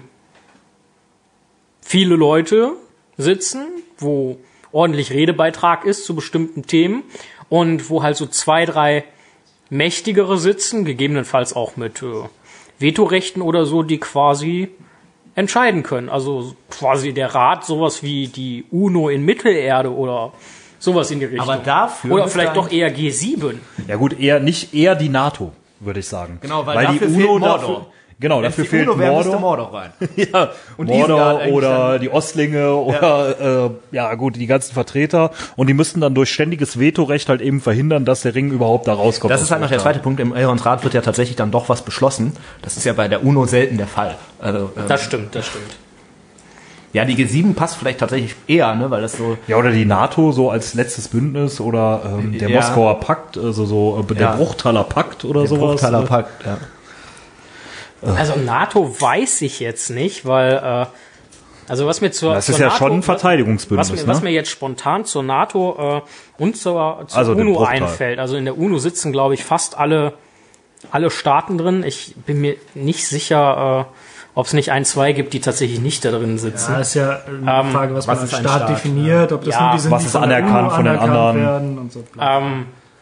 viele Leute sitzen, wo ordentlich Redebeitrag ist zu bestimmten Themen und wo halt so 2, 3 mächtigere sitzen, gegebenenfalls auch mit Vetorechten oder so, die quasi entscheiden können. Also quasi der Rat, sowas wie die UNO in Mittelerde oder sowas in die Richtung. Aber dafür oder müsste vielleicht doch eigentlich- eher G7. Ja gut, eher die NATO, würde ich sagen. Genau, weil dafür fehlt Mordor. Dafür die fehlt UNO wäre, müsste Mordor. Mordor rein. Ja, Und die sind ja Mordor eigentlich oder dann- die Ostlinge oder die ganzen Vertreter, und die müssten dann durch ständiges Vetorecht halt eben verhindern, dass der Ring überhaupt da rauskommt. Das ist halt noch der zweite Punkt. Im Elronds Rat wird ja tatsächlich dann doch was beschlossen. Das ist ja bei der UNO selten der Fall. Also, Das stimmt. ja, die G7 passt vielleicht tatsächlich eher, ne, weil das so... Ja, oder die NATO so als letztes Bündnis oder der Ja. Moskauer Pakt, also der Ja. Bruchtaler Pakt oder Der sowas. Bruchtaler Pakt, ja. Also NATO weiß ich jetzt nicht, weil also was mir zur Das ist zur ja NATO, schon ein Verteidigungsbündnis, was ne? mir jetzt spontan zur NATO und zur Also dem UNO Bruchteil. einfällt. Also in der UNO sitzen, glaube ich, fast alle Staaten drin. Ich bin mir nicht sicher, ob es nicht 1, 2 gibt, die tatsächlich nicht da drin sitzen. Ja, ist ja eine Frage, was man was als ist ein Staat Staat? definiert, ob das Ja, nur die sind, was die ist von der anerkannt UNO von den anerkannt anderen? werden und so.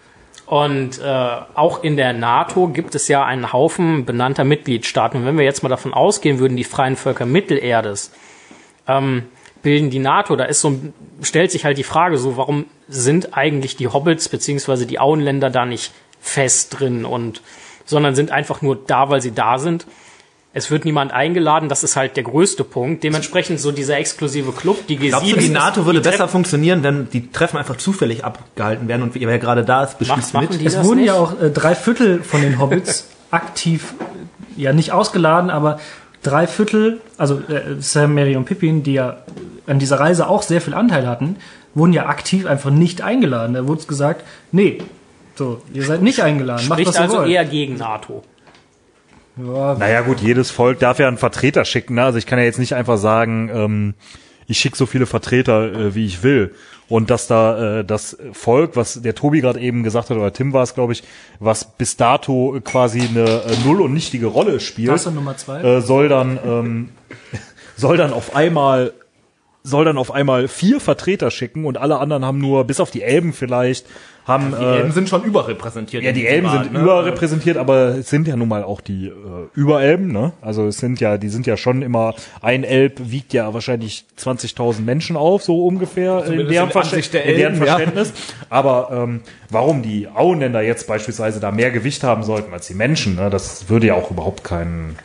Und auch in der NATO gibt es ja einen Haufen benannter Mitgliedstaaten. Und wenn wir jetzt mal davon ausgehen würden, die freien Völker Mittelerdes bilden die NATO, stellt sich halt die Frage so, warum sind eigentlich die Hobbits beziehungsweise die Auenländer da nicht fest drin sondern sind einfach nur da, weil sie da sind. Es wird niemand eingeladen, das ist halt der größte Punkt. Dementsprechend so dieser exklusive Club, die G7. Glaubst du, die NATO würde besser funktionieren, wenn die Treffen einfach zufällig abgehalten werden und wer gerade da ist, beschließt mit? Es wurden ja auch 3/4 von den Hobbits aktiv, ja nicht ausgeladen, aber 3/4, also Sam, Merry und Pippin, die ja an dieser Reise auch sehr viel Anteil hatten, wurden ja aktiv einfach nicht eingeladen. Da wurde gesagt, nee, so, ihr seid nicht eingeladen. Macht, spricht was ihr also wollt. eher gegen NATO. Ja, Naja gut, jedes Volk darf ja einen Vertreter schicken. Ne? Also ich kann ja jetzt nicht einfach sagen, ich schicke so viele Vertreter, wie ich will. Und dass da das Volk, was der Tobi gerade eben gesagt hat, oder Tim war es, glaube ich, was bis dato quasi eine null- und nichtige Rolle spielt, das ist Nummer 2. soll dann auf einmal 4 Vertreter schicken und alle anderen haben nur, bis auf die Elben vielleicht, haben... Die Elben sind schon überrepräsentiert. Ja, die Elben sind überrepräsentiert, aber es sind ja nun mal auch die Überelben, ne? Also die sind ja schon immer, ein Elb wiegt ja wahrscheinlich 20.000 Menschen auf, so ungefähr, in deren Verständnis. Aber warum die Auenländer jetzt beispielsweise da mehr Gewicht haben sollten als die Menschen, ne? Das würde ja auch überhaupt keinen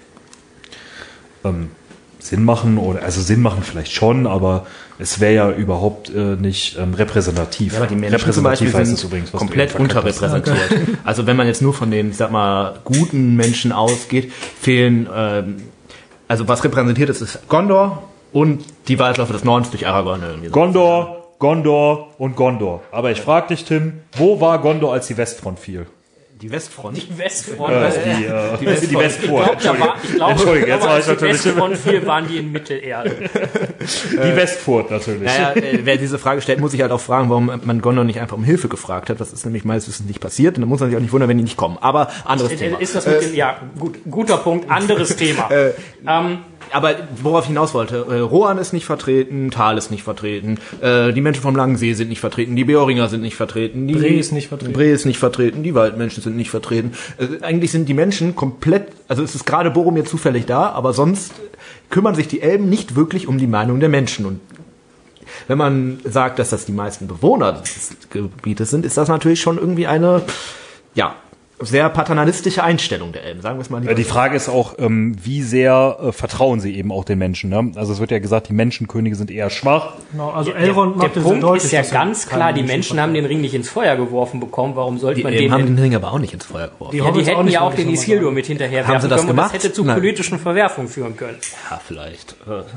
Sinn machen, also Sinn machen vielleicht schon, aber es wäre ja überhaupt nicht repräsentativ. Ja, aber die Menschen zum Beispiel sind übrigens, komplett unterrepräsentiert. Also wenn man jetzt nur von den, ich sag mal, guten Menschen ausgeht, fehlen, also was repräsentiert ist Gondor und die Waldläufe des Nordens durch Aragorn. Irgendwie so. Gondor und Gondor. Aber ich frage dich, Tim, wo war Gondor, als die Westfront fiel? Die Westfront? Die Westfront. Die Westfront. Entschuldigung, jetzt war ich natürlich... Die Westfront viel waren die in Mittelerde. Die Westfurt natürlich. Naja, wer diese Frage stellt, muss sich halt auch fragen, warum man Gondor nicht einfach um Hilfe gefragt hat. Das ist nämlich meistens nicht passiert und dann muss man sich auch nicht wundern, wenn die nicht kommen. Aber anderes Thema. Ist das mit dem, ja, guter Punkt, anderes Thema. Aber worauf ich hinaus wollte, Rohan ist nicht vertreten, Tal ist nicht vertreten, die Menschen vom Langen See sind nicht vertreten, die Beoringer sind nicht vertreten, die Bre ist nicht vertreten, die Waldmenschen sind nicht vertreten. Eigentlich sind die Menschen komplett, also es ist gerade Boromir zufällig da, aber sonst kümmern sich die Elben nicht wirklich um die Meinung der Menschen. Und wenn man sagt, dass das die meisten Bewohner des Gebietes sind, ist das natürlich schon irgendwie eine, ja, sehr paternalistische Einstellung der Elben, sagen wir es mal lieber. Die Frage ist auch, wie sehr vertrauen sie eben auch den Menschen. Ne? Also es wird ja gesagt, die Menschenkönige sind eher schwach. Genau, also Elrond der macht es Punkt deutlich, ist ja dass er ganz klar, die Menschen haben den Ring nicht ins Feuer geworfen bekommen. Warum sollte man Die den... haben den Ring aber auch nicht ins Feuer geworfen. die Hobbits hätten nicht, ja auch wollte den ich noch mal Isildur sagen. mit hinterher Haben sie werfen das können und gemacht? das hätte zu Nein. politischen Verwerfungen führen können. Ja, vielleicht.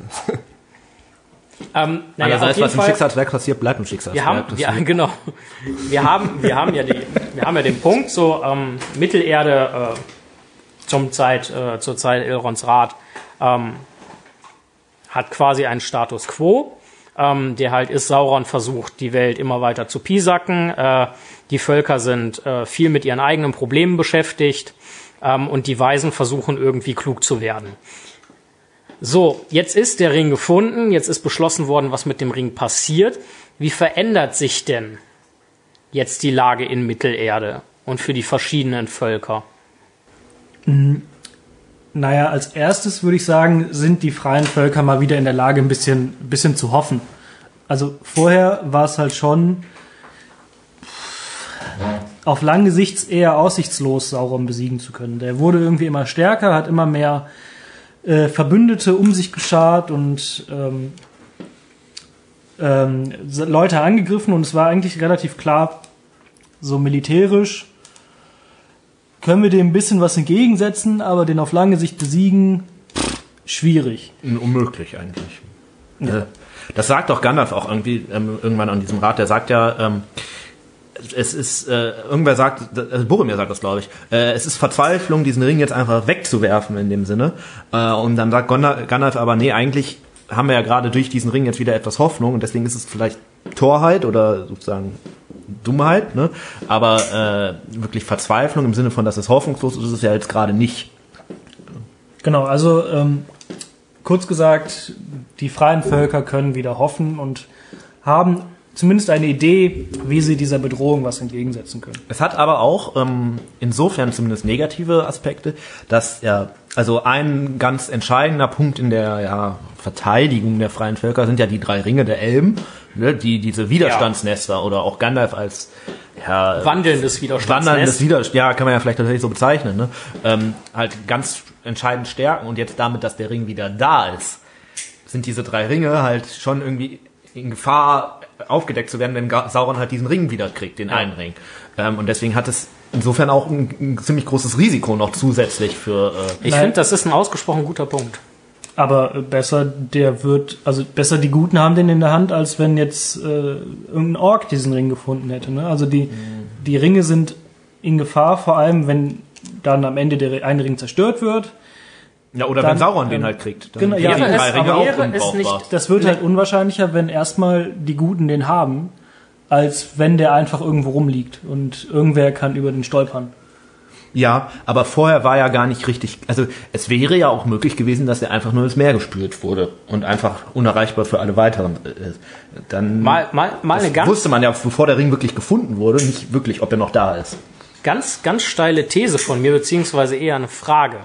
Naja, Einerseits, auf jeden was im Fall, Schicksalswerk passiert, bleibt im Schicksalswerk. genau. Wir haben ja den Punkt, so Mittelerde zur Zeit Elronds Rat hat quasi einen Status quo, der halt ist, Sauron versucht, die Welt immer weiter zu piesacken, die Völker sind viel mit ihren eigenen Problemen beschäftigt und die Weisen versuchen irgendwie klug zu werden. So, jetzt ist der Ring gefunden, jetzt ist beschlossen worden, was mit dem Ring passiert. Wie verändert sich denn jetzt die Lage in Mittelerde und für die verschiedenen Völker? Naja, als erstes würde ich sagen, sind die freien Völker mal wieder in der Lage, ein bisschen zu hoffen. Also vorher war es halt schon auf lange Sicht eher aussichtslos, Sauron besiegen zu können. Der wurde irgendwie immer stärker, hat immer mehr Verbündete um sich geschart und Leute angegriffen und es war eigentlich relativ klar, so militärisch können wir dem ein bisschen was entgegensetzen, aber den auf lange Sicht besiegen, schwierig. Unmöglich eigentlich. Ja. Das sagt doch Gandalf auch irgendwie irgendwann an diesem Rat. Der sagt ja, es ist, irgendwer sagt, also Boromir sagt das, glaube ich, es ist Verzweiflung, diesen Ring jetzt einfach wegzuwerfen in dem Sinne. Und dann sagt Gandalf aber, nee, eigentlich haben wir ja gerade durch diesen Ring jetzt wieder etwas Hoffnung und deswegen ist es vielleicht Torheit oder sozusagen Dummheit, ne? Aber wirklich Verzweiflung im Sinne von, dass es hoffnungslos ist, ist es ja jetzt gerade nicht. Genau, also kurz gesagt, die freien Völker können wieder hoffen und haben zumindest eine Idee, wie sie dieser Bedrohung was entgegensetzen können. Es hat aber auch insofern zumindest negative Aspekte, dass also ein ganz entscheidender Punkt in der Verteidigung der freien Völker sind ja die 3 Ringe der Elben, ne, die diese Widerstandsnester oder auch Gandalf als wandelndes Widerstandsnest. Kann man ja vielleicht tatsächlich so bezeichnen, ne? Halt ganz entscheidend stärken und jetzt damit, dass der Ring wieder da ist, sind diese 3 Ringe halt schon irgendwie in Gefahr aufgedeckt zu werden, wenn Sauron halt diesen Ring wieder kriegt, den einen Ring. Und deswegen hat es insofern auch ein ziemlich großes Risiko noch zusätzlich für... Ich finde, das ist ein ausgesprochen guter Punkt. Aber besser besser die Guten haben den in der Hand, als wenn jetzt irgendein Ork diesen Ring gefunden hätte. Ne? Also die Ringe sind in Gefahr, vor allem wenn dann am Ende der eine Ring zerstört wird. Ja, oder dann, wenn Sauron den halt kriegt. Genau, ja, ja, die 3 Ringe auch unbrauchbar. Das wird halt unwahrscheinlicher, wenn erstmal die Guten den haben, als wenn der einfach irgendwo rumliegt und irgendwer kann über den stolpern. Ja, aber vorher war ja gar nicht richtig, also es wäre ja auch möglich gewesen, dass er einfach nur ins Meer gespült wurde und einfach unerreichbar für alle weiteren ist. Dann mal eine ganz... wusste man ja, bevor der Ring wirklich gefunden wurde, nicht wirklich, ob er noch da ist. Ganz steile These von mir, beziehungsweise eher eine Frage.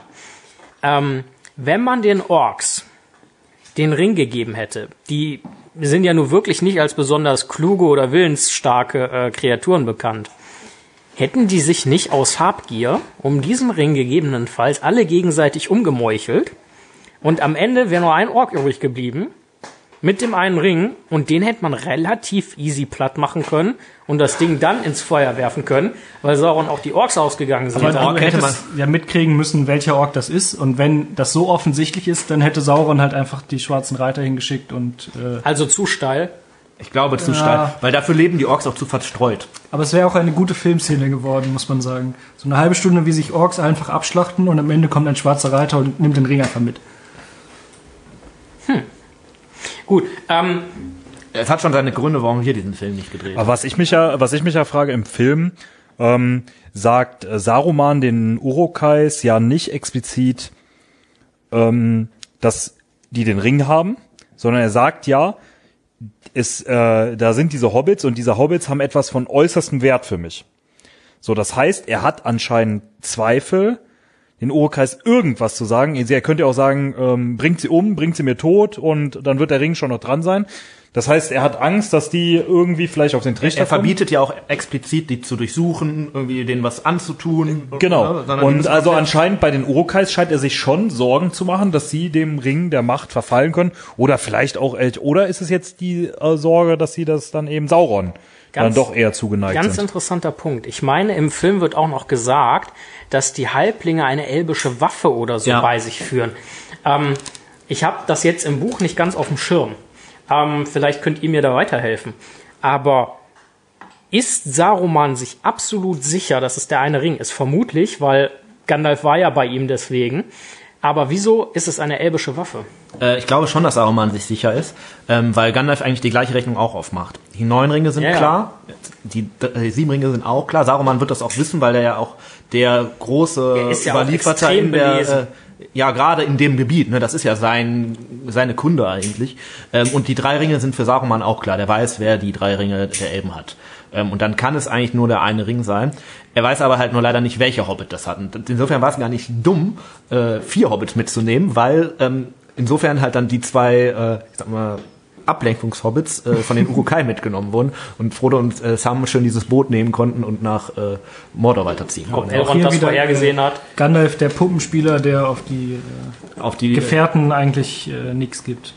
Wenn man den Orks den Ring gegeben hätte, die sind ja nun wirklich nicht als besonders kluge oder willensstarke Kreaturen bekannt, hätten die sich nicht aus Habgier um diesen Ring gegebenenfalls alle gegenseitig umgemeuchelt und am Ende wäre nur ein Ork übrig geblieben mit dem einen Ring und den hätte man relativ easy platt machen können und das Ding dann ins Feuer werfen können, weil Sauron auch die Orks ausgegangen sind. Aber dann hätte man ja mitkriegen müssen, welcher Ork das ist, und wenn das so offensichtlich ist, dann hätte Sauron halt einfach die schwarzen Reiter hingeschickt und... Also zu steil. Ich glaube zu steil, weil dafür leben die Orks auch zu verstreut. Aber es wäre auch eine gute Filmszene geworden, muss man sagen. So eine halbe Stunde, wie sich Orks einfach abschlachten und am Ende kommt ein schwarzer Reiter und nimmt den Ring einfach mit. Gut, es hat schon seine Gründe, warum wir diesen Film nicht gedreht haben. Aber was ich mich ja frage, im Film sagt Saruman den Uruk-kais ja nicht explizit, dass die den Ring haben, sondern er sagt ja, da sind diese Hobbits und diese Hobbits haben etwas von äußerstem Wert für mich. So, das heißt, er hat anscheinend Zweifel, den Uruk-kais irgendwas zu sagen. Er könnte ja auch sagen, bringt sie um, bringt sie mir tot und dann wird der Ring schon noch dran sein. Das heißt, er hat Angst, dass die irgendwie vielleicht auf den Trichter kommen. Er verbietet ja auch explizit, die zu durchsuchen, irgendwie denen was anzutun. Genau. Und also anscheinend bei den Uruk-kais scheint er sich schon Sorgen zu machen, dass sie dem Ring der Macht verfallen können. Oder vielleicht auch, oder ist es jetzt die Sorge, dass sie das dann eben Sauron dann doch eher zugeneigt sind? Ganz interessanter Punkt. Ich meine, im Film wird auch noch gesagt, dass die Halblinge eine elbische Waffe oder so bei sich führen. Ich habe das jetzt im Buch nicht ganz auf dem Schirm. Vielleicht könnt ihr mir da weiterhelfen. Aber ist Saruman sich absolut sicher, dass es der eine Ring ist? Vermutlich, weil Gandalf war ja bei ihm deswegen. Aber wieso ist es eine elbische Waffe? Ich glaube schon, dass Saruman sich sicher ist, weil Gandalf eigentlich die gleiche Rechnung auch aufmacht. Die 9 Ringe sind klar, die 7 Ringe sind auch klar. Saruman wird das auch wissen, weil er ja auch der große Überlieferter in der... Ja, gerade in dem Gebiet, ne, das ist ja seine Kunde eigentlich. Und die 3 Ringe sind für Saruman auch klar. Der weiß, wer die 3 Ringe der Elben hat. Und dann kann es eigentlich nur der eine Ring sein. Er weiß aber halt nur leider nicht, welcher Hobbit das hat. Und insofern war es gar nicht dumm, 4 Hobbits mitzunehmen, weil insofern halt dann die 2, ich sag mal, Ablenkungshobbits von den Uruk-kai mitgenommen wurden und Frodo und Sam schön dieses Boot nehmen konnten und nach Mordor weiterziehen konnten. Ob Elrond das vorhergesehen hat. Gandalf, der Puppenspieler, der auf die Gefährten eigentlich nichts gibt.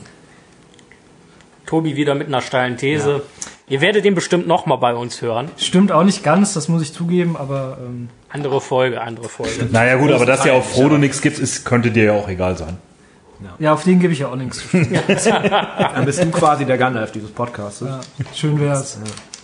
Tobi wieder mit einer steilen These. Ja. Ihr werdet den bestimmt noch mal bei uns hören. Stimmt auch nicht ganz, das muss ich zugeben, aber... Andere Folge. Naja gut, aber dass ja auf Frodo nichts gibt, könnte dir ja auch egal sein. Ja, auf den gebe ich ja auch nichts. Dann bist du quasi der Gandalf dieses Podcasts. Ja, schön wär's.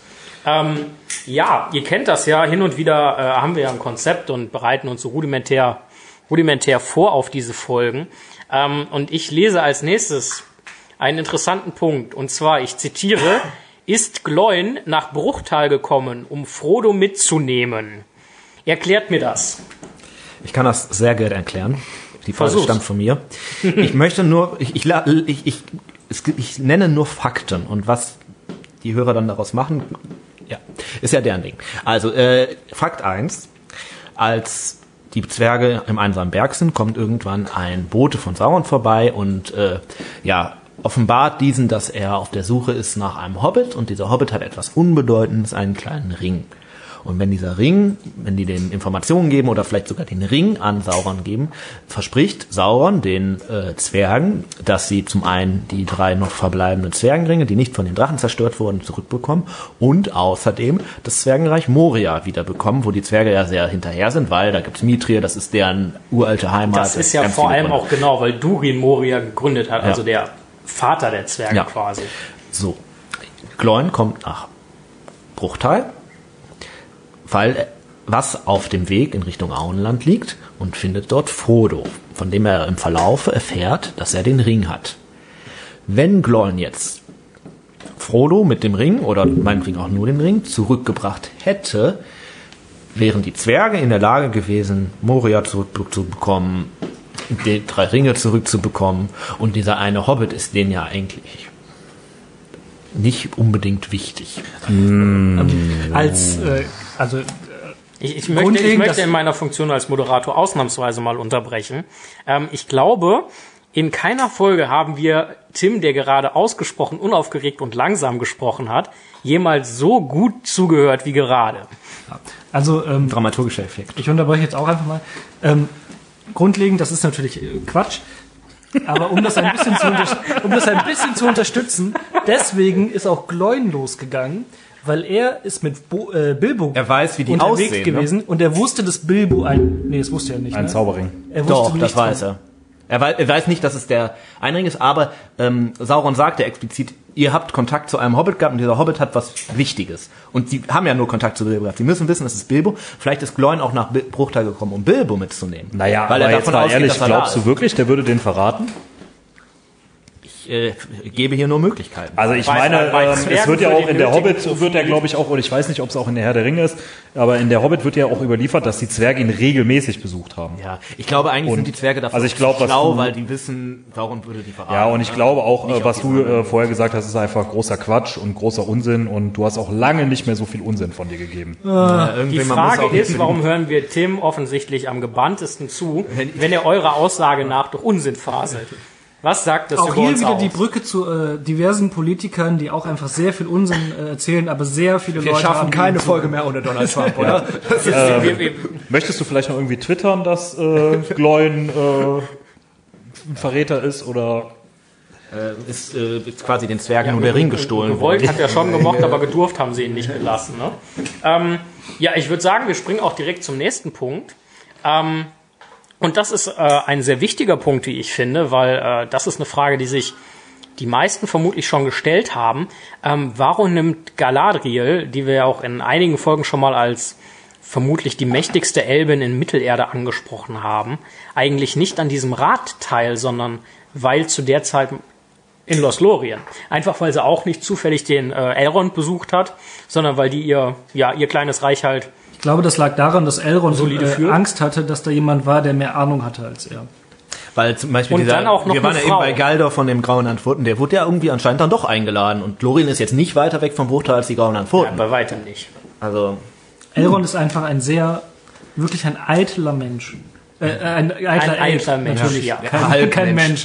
Ja, ihr kennt das ja. Hin und wieder haben wir ja ein Konzept und bereiten uns so rudimentär vor auf diese Folgen. Und ich lese als nächstes einen interessanten Punkt. Und zwar, ich zitiere, ist Gloin nach Bruchtal gekommen, um Frodo mitzunehmen? Erklärt mir das. Ich kann das sehr gerne erklären. Die Frage stammt von mir. Ich möchte nur, ich nenne nur Fakten und was die Hörer dann daraus machen, ja, ist ja deren Ding. Also, Fakt 1, als die Zwerge im einsamen Berg sind, kommt irgendwann ein Bote von Sauron vorbei und offenbart diesen, dass er auf der Suche ist nach einem Hobbit und dieser Hobbit hat etwas Unbedeutendes, einen kleinen Ring. Und wenn dieser Ring, wenn die den Informationen geben oder vielleicht sogar den Ring an Sauron geben, verspricht Sauron den Zwergen, dass sie zum einen die 3 noch verbleibenden Zwergenringe, die nicht von den Drachen zerstört wurden, zurückbekommen und außerdem das Zwergenreich Moria wiederbekommen, wo die Zwerge ja sehr hinterher sind, weil da gibt's Mithril, das ist deren uralte Heimat. Das ist ja vor allem auch genau, weil Durin Moria gegründet hat, also der Vater der Zwerge quasi. So, Gloin kommt nach Bruchtal, weil was auf dem Weg in Richtung Auenland liegt und findet dort Frodo, von dem er im Verlaufe erfährt, dass er den Ring hat. Wenn Gloin jetzt Frodo mit dem Ring oder meinetwegen auch nur den Ring zurückgebracht hätte, wären die Zwerge in der Lage gewesen, Moria zurückzubekommen, die 3 Ringe zurückzubekommen und dieser eine Hobbit ist denen ja eigentlich nicht unbedingt wichtig. Ich möchte in meiner Funktion als Moderator ausnahmsweise mal unterbrechen. Ich glaube, in keiner Folge haben wir Tim, der gerade ausgesprochen, unaufgeregt und langsam gesprochen hat, jemals so gut zugehört wie gerade. Also Dramaturgischer Effekt. ich unterbreche jetzt auch einfach mal. Grundlegend, das ist natürlich Quatsch. Aber um das ein bisschen zu unterstützen, deswegen ist auch Gloin losgegangen, weil er ist mit Bilbo er weiß, wie die unterwegs aussehen, gewesen und er wusste, dass Bilbo das wusste er nicht. Ein Zauberring. Er wusste Doch, nicht das weiß er. Er weiß nicht, dass es der Einring ist, aber Sauron sagte explizit, ihr habt Kontakt zu einem Hobbit gehabt und dieser Hobbit hat was Wichtiges. Und sie haben ja nur Kontakt zu Bilbo gehabt. Sie müssen wissen, es ist Bilbo. Vielleicht ist Gloin auch nach Bruchtal gekommen, um Bilbo mitzunehmen. Naja, weil aber er jetzt davon mal ausgeht, ehrlich, dass er glaubst da du wirklich, der würde den verraten? Ich gebe hier nur Möglichkeiten. Also ich Bei meine, Zwergen es wird ja für auch den in der nötigen Hobbit, wird ja glaube ich auch, und ich weiß nicht, ob es auch in der Herr der Ringe ist, aber in der Hobbit wird ja auch überliefert, dass die Zwerge ihn regelmäßig besucht haben. Ja, ich glaube eigentlich sind die Zwerge dafür schlau, weil die wissen, Sauron würde die verraten. Ja, und ich glaube auch, Nicht was auf du diese vorher gesagt hast, ist einfach großer Quatsch und großer Unsinn und du hast auch lange nicht mehr so viel Unsinn von dir gegeben. Die Frage ist, warum hören wir Tim offensichtlich am gebanntesten zu, wenn er eurer Aussage nach doch Unsinn faselt? Was sagt das auch über hier uns wieder aus? die Brücke zu diversen Politikern, die auch einfach sehr viel Unsinn erzählen, aber sehr viele Leute haben keine Folge mehr ohne Donald Trump, oder? Möchtest du vielleicht noch irgendwie twittern, dass Gloin ein Verräter ist oder? Ist quasi den Zwergen nur der Ring gestohlen Gewollt worden. hat er schon gemocht, aber gedurft haben sie ihn nicht gelassen. Ne? Ich würde sagen, wir springen auch direkt zum nächsten Punkt. Und das ist ein sehr wichtiger Punkt, wie ich finde, weil das ist eine Frage, die sich die meisten vermutlich schon gestellt haben. Warum nimmt Galadriel, die wir ja auch in einigen Folgen schon mal als vermutlich die mächtigste Elbin in Mittelerde angesprochen haben, eigentlich nicht an diesem Rat teil, sondern weil zu der Zeit in Lothlorien. Einfach weil sie auch nicht zufällig den Elrond besucht hat, sondern weil die ihr kleines Reich halt. Ich glaube, das lag daran, dass Elrond Solide führt. Angst hatte, dass da jemand war, der mehr Ahnung hatte als er. Weil zum Beispiel Und dann auch noch wir waren eine ja eben Frau. bei Galdor von dem Grauen Antworten, der wurde ja irgendwie anscheinend dann doch eingeladen und Lorien ist jetzt nicht weiter weg vom Bruchtal als die Grauen Antworten. Bei weitem nicht. Also Elrond ist einfach wirklich ein eitler Mensch. Ein eitler Elf, Mensch, natürlich. ja. Kein Mensch.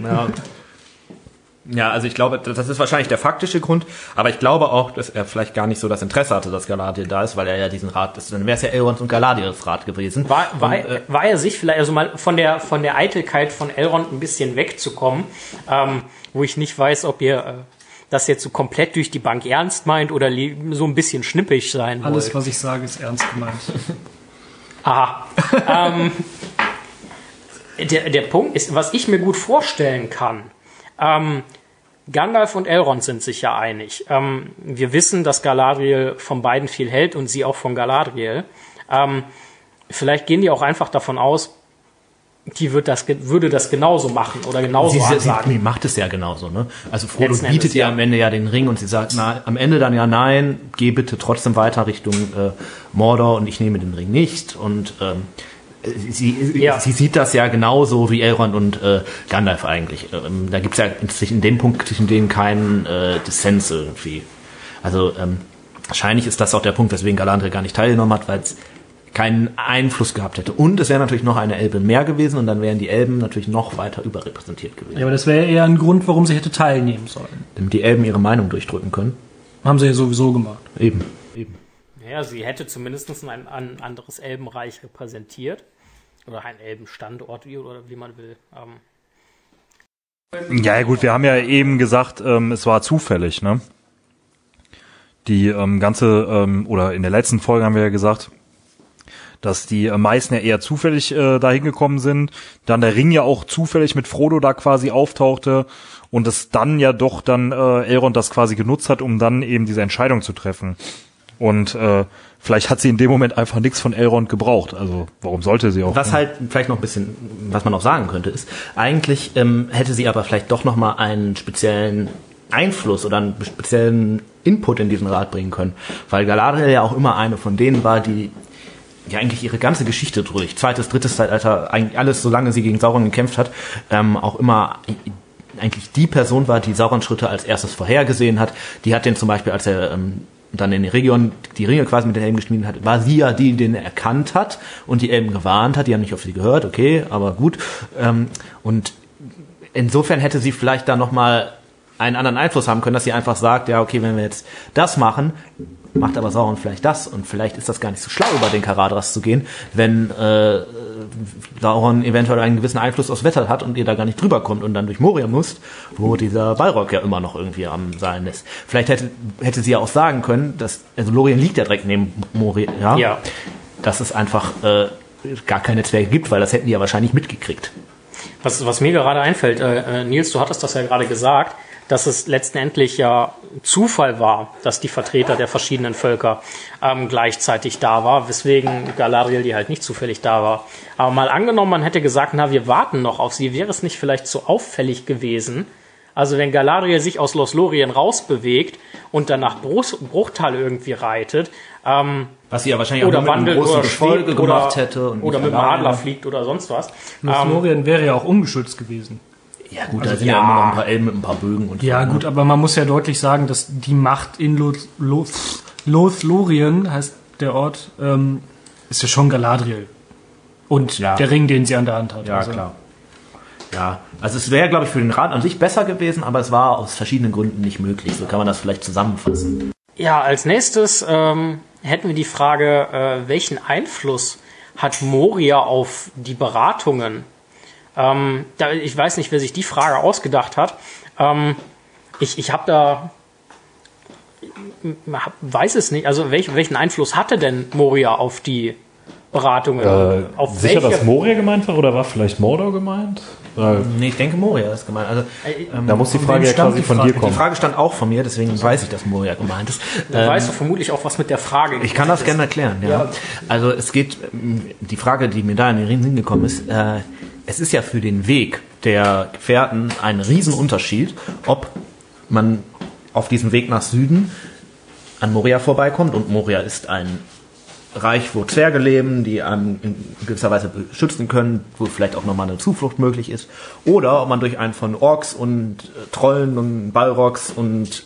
Ja, also ich glaube, das ist wahrscheinlich der faktische Grund, aber ich glaube auch, dass er vielleicht gar nicht so das Interesse hatte, dass Galadriel da ist, weil er ja diesen Rat ist. Dann wäre es ja Elrond und Galadriels Rat gewesen. War er sich vielleicht, also mal von der Eitelkeit von Elrond ein bisschen wegzukommen, wo ich nicht weiß, ob ihr das jetzt so komplett durch die Bank ernst meint oder so ein bisschen schnippig sein wollt. Alles, was ich sage, ist ernst gemeint. Aha. Der Punkt ist, was ich mir gut vorstellen kann, Gandalf und Elrond sind sich ja einig. Wir wissen, dass Galadriel von beiden viel hält und sie auch von Galadriel. Vielleicht gehen die auch einfach davon aus, die würde das genauso machen oder genauso ansagen. Sie macht es ja genauso, ne? Also Frodo Letzten bietet Endes, ihr ja. am Ende ja den Ring und sie sagt am Ende dann ja nein, geh bitte trotzdem weiter Richtung Mordor und ich nehme den Ring nicht und sie sieht das ja genauso wie Elrond und Gandalf eigentlich. Da gibt's ja in dem Punkt zwischen denen keinen Dissens irgendwie. Also wahrscheinlich ist das auch der Punkt, weswegen Galadriel gar nicht teilgenommen hat, weil es keinen Einfluss gehabt hätte. Und es wäre natürlich noch eine Elbe mehr gewesen und dann wären die Elben natürlich noch weiter überrepräsentiert gewesen. Ja, aber das wäre eher ein Grund, warum sie hätte teilnehmen sollen. Damit die Elben ihre Meinung durchdrücken können. Haben sie ja sowieso gemacht. Eben. Ja, sie hätte zumindest ein anderes Elbenreich repräsentiert. Oder einen Elbenstandort, oder wie man will. Ja, gut, wir haben ja eben gesagt, es war zufällig, ne? Die oder in der letzten Folge haben wir ja gesagt, dass die meisten ja eher zufällig da hingekommen sind. Dann der Ring ja auch zufällig mit Frodo da quasi auftauchte und es dann ja doch dann Elrond das quasi genutzt hat, um dann eben diese Entscheidung zu treffen. Und vielleicht hat sie in dem Moment einfach nichts von Elrond gebraucht. Also warum sollte sie auch? Was halt vielleicht noch ein bisschen, was man auch sagen könnte, ist, eigentlich hätte sie aber vielleicht doch noch mal einen speziellen Einfluss oder einen speziellen Input in diesen Rat bringen können. Weil Galadriel ja auch immer eine von denen war, die ja eigentlich ihre ganze Geschichte durch, 2., 3. Zeitalter, eigentlich alles, solange sie gegen Sauron gekämpft hat, auch immer eigentlich die Person war, die Saurons Schritte als erstes vorhergesehen hat. Die hat den zum Beispiel, als er dann in der Region die Ringe quasi mit den Elben geschmiedet hat, war sie ja die, den er erkannt hat und die Elben gewarnt hat. Die haben nicht auf sie gehört, okay, aber gut. Und insofern hätte sie vielleicht da nochmal einen anderen Einfluss haben können, dass sie einfach sagt, ja, okay, wenn wir jetzt das machen, macht aber Sauron vielleicht das und vielleicht ist das gar nicht so schlau, über den Karadras zu gehen, wenn Sauron eventuell einen gewissen Einfluss aufs Wetter hat und ihr da gar nicht drüber kommt und dann durch Moria musst, wo dieser Balrog ja immer noch irgendwie am Sein ist. Vielleicht hätte sie ja auch sagen können, dass, also Lorien liegt ja direkt neben Moria, Ja. dass es einfach gar keine Zwerge gibt, weil das hätten die ja wahrscheinlich mitgekriegt. Was mir gerade einfällt, Nils, du hattest das ja gerade gesagt, dass es letztendlich ja Zufall war, dass die Vertreter der verschiedenen Völker gleichzeitig da war, weswegen Galadriel die halt nicht zufällig da war. Aber mal angenommen, man hätte gesagt, na, wir warten noch auf sie, wäre es nicht vielleicht so auffällig gewesen? Also wenn Galadriel sich aus Lothlorien rausbewegt und dann nach Bruchtal irgendwie reitet, Was sie ja wahrscheinlich oder auch nur mit wandelt einem großen oder Gefolge schwebt gemacht oder, hätte. Und oder nicht mit dem alleine. Adler fliegt oder sonst was. Lothlorien wäre ja auch ungeschützt gewesen. Ja gut, da sind ja immer noch ein paar Elben mit ein paar Bögen und Ja so, gut, aber man muss ja deutlich sagen, dass die Macht in Lothlorien, heißt der Ort, ist ja schon Galadriel. Und Ja. der Ring, den sie an der Hand hat. Ja, Also, klar. Ja, also es wäre, glaube ich, für den Rat an sich besser gewesen, aber es war aus verschiedenen Gründen nicht möglich. So kann man das vielleicht zusammenfassen. Ja, als nächstes hätten wir die Frage, welchen Einfluss hat Moria auf die Beratungen? Ich weiß nicht, wer sich die Frage ausgedacht hat. Ich habe da, weiß es nicht, also welchen Einfluss hatte denn Moria auf die Beratungen? Auf Sicher, welche? dass Moria gemeint war oder war vielleicht Mordor gemeint? Nee, ich denke, Moria ist gemeint. Also, Da muss die von Frage wem ja stammt quasi die von Frage? dir die kommen. Frage stand auch von mir, deswegen weiß ich, dass Moria gemeint ist. Da weißt du vermutlich auch, was mit der Frage Ich kann das gerne erklären, ja. Ja. Also es geht, die Frage, die mir da in den Sinn gekommen ist, es ist ja für den Weg der Gefährten ein Riesenunterschied, ob man auf diesem Weg nach Süden an Moria vorbeikommt, und Moria ist ein Reich, wo Zwerge leben, die einem in gewisser Weise beschützen können, wo vielleicht auch nochmal eine Zuflucht möglich ist, oder ob man durch einen von Orks und Trollen und Balrogs und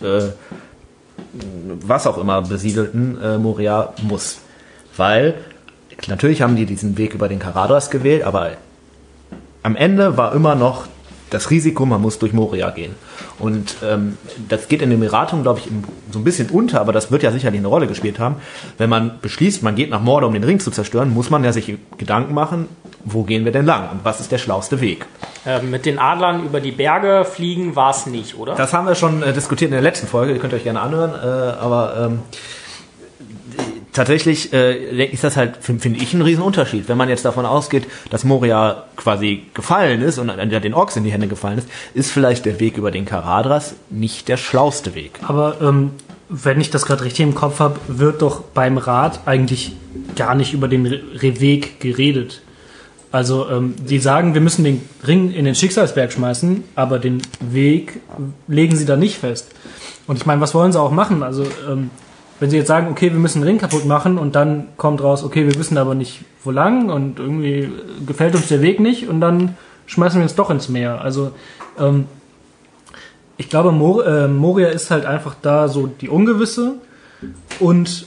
was auch immer besiedelten Moria muss. Weil natürlich haben die diesen Weg über den Karadras gewählt, aber am Ende war immer noch das Risiko, man muss durch Moria gehen. Und das geht in den Beratungen, glaube ich, so ein bisschen unter, aber das wird ja sicherlich eine Rolle gespielt haben. Wenn man beschließt, man geht nach Mordor, um den Ring zu zerstören, muss man ja sich Gedanken machen, wo gehen wir denn lang und was ist der schlauste Weg. Mit den Adlern über die Berge fliegen war es nicht, oder? Das haben wir schon diskutiert in der letzten Folge, ihr könnt euch gerne anhören, aber tatsächlich ist das halt, finde ich, ein Riesenunterschied. Wenn man jetzt davon ausgeht, dass Moria quasi gefallen ist und den Orks in die Hände gefallen ist vielleicht der Weg über den Karadras nicht der schlauste Weg. Aber wenn ich das gerade richtig im Kopf habe, wird doch beim Rat eigentlich gar nicht über den Weg geredet. Also die sagen, wir müssen den Ring in den Schicksalsberg schmeißen, aber den Weg legen sie da nicht fest. Und ich meine, was wollen sie auch machen? Also wenn sie jetzt sagen, okay, wir müssen den Ring kaputt machen und dann kommt raus, okay, wir wissen aber nicht, wo lang und irgendwie gefällt uns der Weg nicht und dann schmeißen wir uns doch ins Meer. Also Ich glaube, Moria ist halt einfach da so die Ungewisse und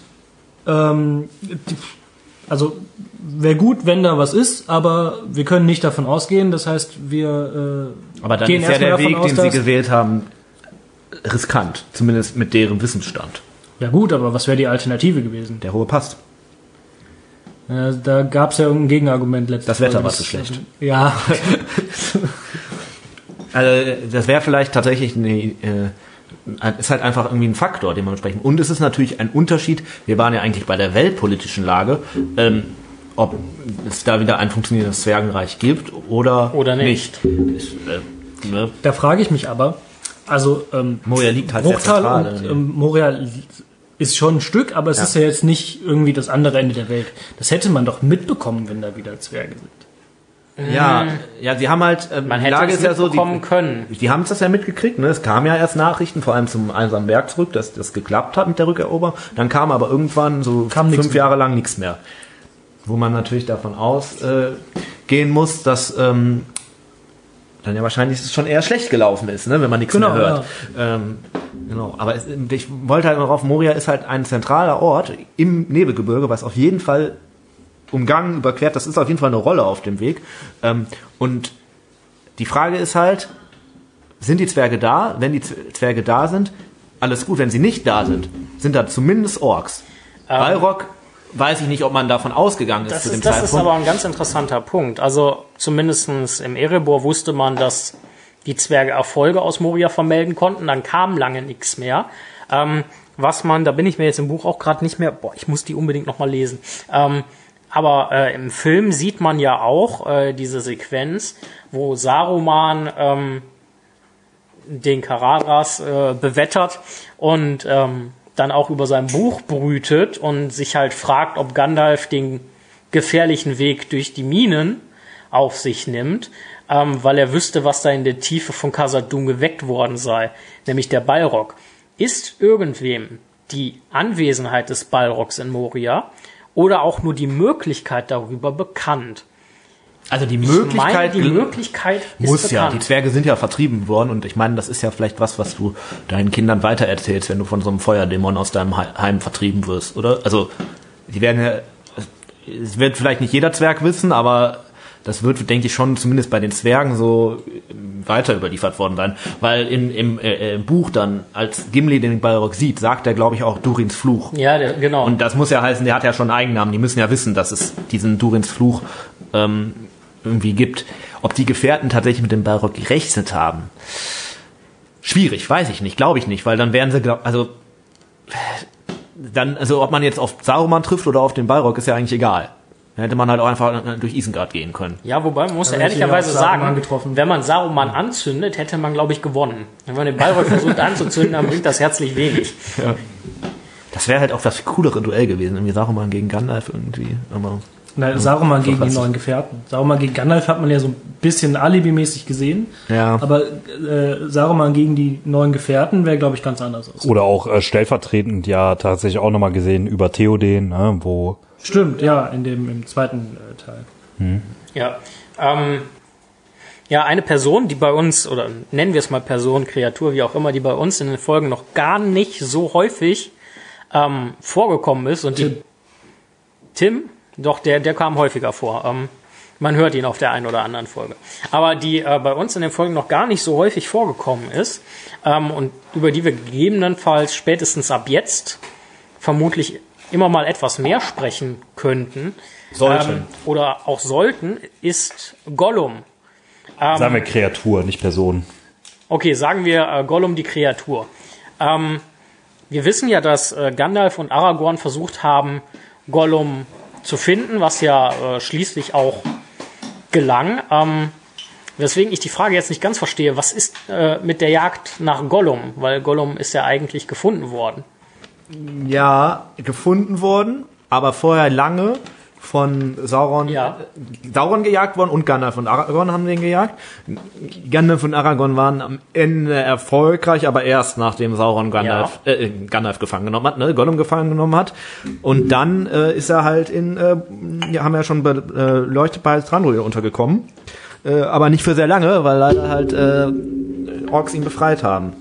also wäre gut, wenn da was ist, aber wir können nicht davon ausgehen. Das heißt, wir Aber dann gehen ist ja erstmal der davon Weg, aus, den sie dass- gewählt haben, riskant. Zumindest mit deren Wissensstand. Ja gut, aber was wäre die Alternative gewesen? Der hohe Pass. Da gab es ja irgendein Gegenargument letztes Das Wetter war zu schlecht. Ja, Also das wäre vielleicht tatsächlich ist halt einfach irgendwie ein Faktor, den man besprechen. Und es ist natürlich ein Unterschied. Wir waren ja eigentlich bei der weltpolitischen Lage, ob es da wieder ein funktionierendes Zwergenreich gibt oder nicht. Ne? da frage ich mich aber, also Moria liegt halt sehr Bruchtal zentral. und Moria ist schon ein Stück, aber es ist ja jetzt nicht irgendwie das andere Ende der Welt. Das hätte man doch mitbekommen, wenn da wieder Zwerge sind. Ja, sie haben halt, Man die hätte Lage es ist ja so, mitbekommen können. die haben das ja mitgekriegt, ne? Es kam ja erst Nachrichten, vor allem zum Einsamen Berg zurück, dass das geklappt hat mit der Rückeroberung. Dann kam aber irgendwann so Kam nichts 5 mehr. Jahre lang nichts mehr. Wo man natürlich davon ausgehen muss, dass dann ja wahrscheinlich es schon eher schlecht gelaufen ist, ne? Wenn man nichts mehr hört. Genau, aber ich wollte halt noch auf, Moria ist halt ein zentraler Ort im Nebelgebirge, was auf jeden Fall umgangen, überquert, das ist auf jeden Fall eine Rolle auf dem Weg. Und die Frage ist halt, sind die Zwerge da? Wenn die Zwerge da sind, alles gut. Wenn sie nicht da sind, sind da zumindest Orks. Balrog, weiß ich nicht, ob man davon ausgegangen ist zu dem Das ist Zeitpunkt. aber ein ganz interessanter Punkt. Also zumindestens im Erebor wusste man, dass die Zwerge Erfolge aus Moria vermelden konnten. Dann kam lange nichts mehr. Was man, da bin ich mir jetzt im Buch auch gerade nicht mehr, ich muss die unbedingt nochmal lesen. Aber im Film sieht man ja auch diese Sequenz, wo Saruman den Kararas bewettert und dann auch über sein Buch brütet und sich halt fragt, ob Gandalf den gefährlichen Weg durch die Minen auf sich nimmt, weil er wüsste, was da in der Tiefe von Khazad-dûm geweckt worden sei, nämlich der Balrog. Ist irgendwem die Anwesenheit des Balrogs in Moria oder auch nur die Möglichkeit darüber bekannt? Also die Ich meine, Möglichkeit, die Möglichkeit muss ist ja. bekannt. Die Zwerge sind ja vertrieben worden und ich meine, das ist ja vielleicht was du deinen Kindern weitererzählst, wenn du von so einem Feuerdämon aus deinem Heim vertrieben wirst, oder? Also die werden ja, es wird vielleicht nicht jeder Zwerg wissen, aber das wird, denke ich, schon zumindest bei den Zwergen so weiter überliefert worden sein, weil im Buch dann, als Gimli den Balrog sieht, sagt er, glaube ich, auch Durins Fluch. Ja, genau. Und das muss ja heißen, der hat ja schon einen Eigennamen. Die müssen ja wissen, dass es diesen Durins Fluch irgendwie gibt. Ob die Gefährten tatsächlich mit dem Balrog gerechnet haben, schwierig, weiß ich nicht, glaube ich nicht, weil dann wären sie, ob man jetzt auf Saruman trifft oder auf den Balrog, ist ja eigentlich egal. Dann hätte man halt auch einfach durch Isengard gehen können. Ja, wobei man muss ja hätte ehrlicherweise ich ja auch Saruman sagen, getroffen. wenn man Saruman anzündet, hätte man, glaube ich, gewonnen. Wenn man den Balrog versucht anzuzünden, dann bringt das herzlich wenig. Das wäre halt auch das coolere Duell gewesen, irgendwie Saruman gegen Gandalf irgendwie. Aber Nein, Saruman gegen die was- neuen Gefährten. Saruman gegen Gandalf hat man ja so ein bisschen alibimäßig gesehen. Ja. Aber Saruman gegen die neuen Gefährten wäre, glaube ich, ganz anders aus. Oder auch stellvertretend ja tatsächlich auch nochmal gesehen über Theoden, ne, wo Stimmt, ja, im zweiten Teil. Ja. Ja, eine Person, die bei uns, oder nennen wir es mal Person, Kreatur, wie auch immer, die bei uns in den Folgen noch gar nicht so häufig vorgekommen ist. Und Tim? Doch, der kam häufiger vor. Man hört ihn auf der einen oder anderen Folge. Aber die bei uns in den Folgen noch gar nicht so häufig vorgekommen ist und über die wir gegebenenfalls spätestens ab jetzt vermutlich immer mal etwas mehr sprechen könnten. Sollten. Oder auch sollten, ist Gollum. sagen wir Kreatur, nicht Person. Okay, sagen wir Gollum die Kreatur. Wir wissen ja, dass Gandalf und Aragorn versucht haben, Gollum zu finden, was ja schließlich auch gelang. Weswegen ich die Frage jetzt nicht ganz verstehe, was ist mit der Jagd nach Gollum? Weil Gollum ist ja eigentlich gefunden worden. Ja, gefunden worden, aber vorher lange von Sauron gejagt worden und Gandalf und Aragorn haben den gejagt. Gandalf und Aragorn waren am Ende erfolgreich, aber erst nachdem Sauron Gandalf gefangen genommen hat, ne, Gollum gefangen genommen hat. Und dann ist er halt haben wir ja schon beleuchtet, bei Thranduil untergekommen. Aber nicht für sehr lange, weil leider halt Orks ihn befreit haben.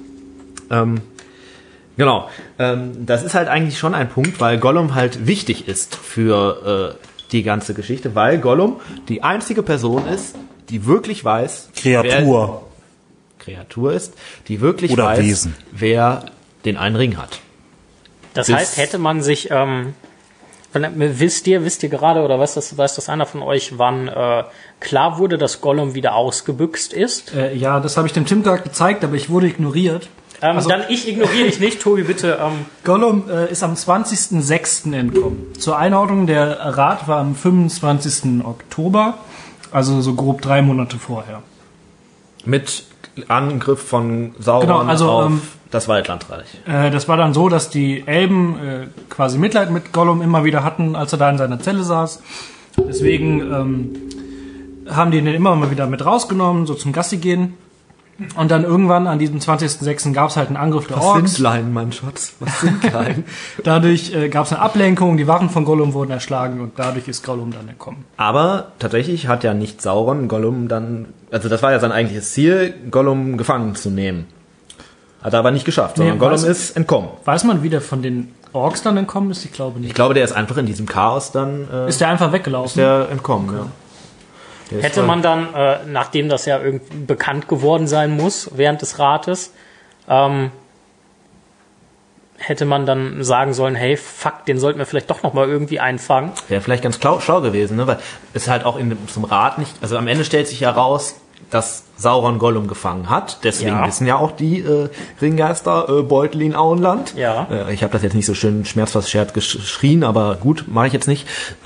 Genau. Das ist halt eigentlich schon ein Punkt, weil Gollum halt wichtig ist für die ganze Geschichte, weil Gollum die einzige Person ist, die wirklich weiß, Kreatur ist, die wirklich oder weiß, Wesen. wer den einen Ring hat. Das heißt, hätte man sich, wisst ihr gerade, oder weiß das einer von euch, wann klar wurde, dass Gollum wieder ausgebüxt ist? Ja, das habe ich dem Tim gerade gezeigt, aber ich wurde ignoriert. Dann ich ignoriere dich nicht, Tobi, bitte. Gollum ist am 20.06. entkommen. Zur Einordnung, der Rat war am 25. Oktober, also so grob 3 Monate vorher. Mit Angriff von Sauron Genau, also, auf das Waldlandreich. Das war dann so, dass die Elben quasi Mitleid mit Gollum immer wieder hatten, als er da in seiner Zelle saß. Deswegen haben die ihn immer mal wieder mit rausgenommen, so zum Gassi gehen. Und dann irgendwann an diesem 20.06. gab es halt einen Angriff der Orks. Leinen, mein Schatz? Was sind Leinen? Dadurch gab es eine Ablenkung, die Wachen von Gollum wurden erschlagen und dadurch ist Gollum dann entkommen. Aber tatsächlich hat ja nicht Sauron Gollum dann, also das war ja sein eigentliches Ziel, Gollum gefangen zu nehmen. Hat er aber nicht geschafft, sondern Gollum ist entkommen. Weiß man, wie der von den Orks dann entkommen ist? Ich glaube nicht. Ich glaube, der ist einfach in diesem Chaos dann... ist der einfach weggelaufen? Ist der entkommen, ja. Hätte man dann, nachdem das ja irgendwie bekannt geworden sein muss während des Rates, hätte man dann sagen sollen, hey, fuck, den sollten wir vielleicht doch nochmal irgendwie einfangen. Wäre vielleicht ganz schlau gewesen, ne? Weil es halt auch zum Rat nicht... Also am Ende stellt sich ja raus, dass Sauron Gollum gefangen hat. Deswegen wissen ja auch die Ringgeister Beutel in Auenland. Ja. Ich habe das jetzt nicht so schön schmerzverzerrt geschrien, aber gut, mache ich jetzt nicht.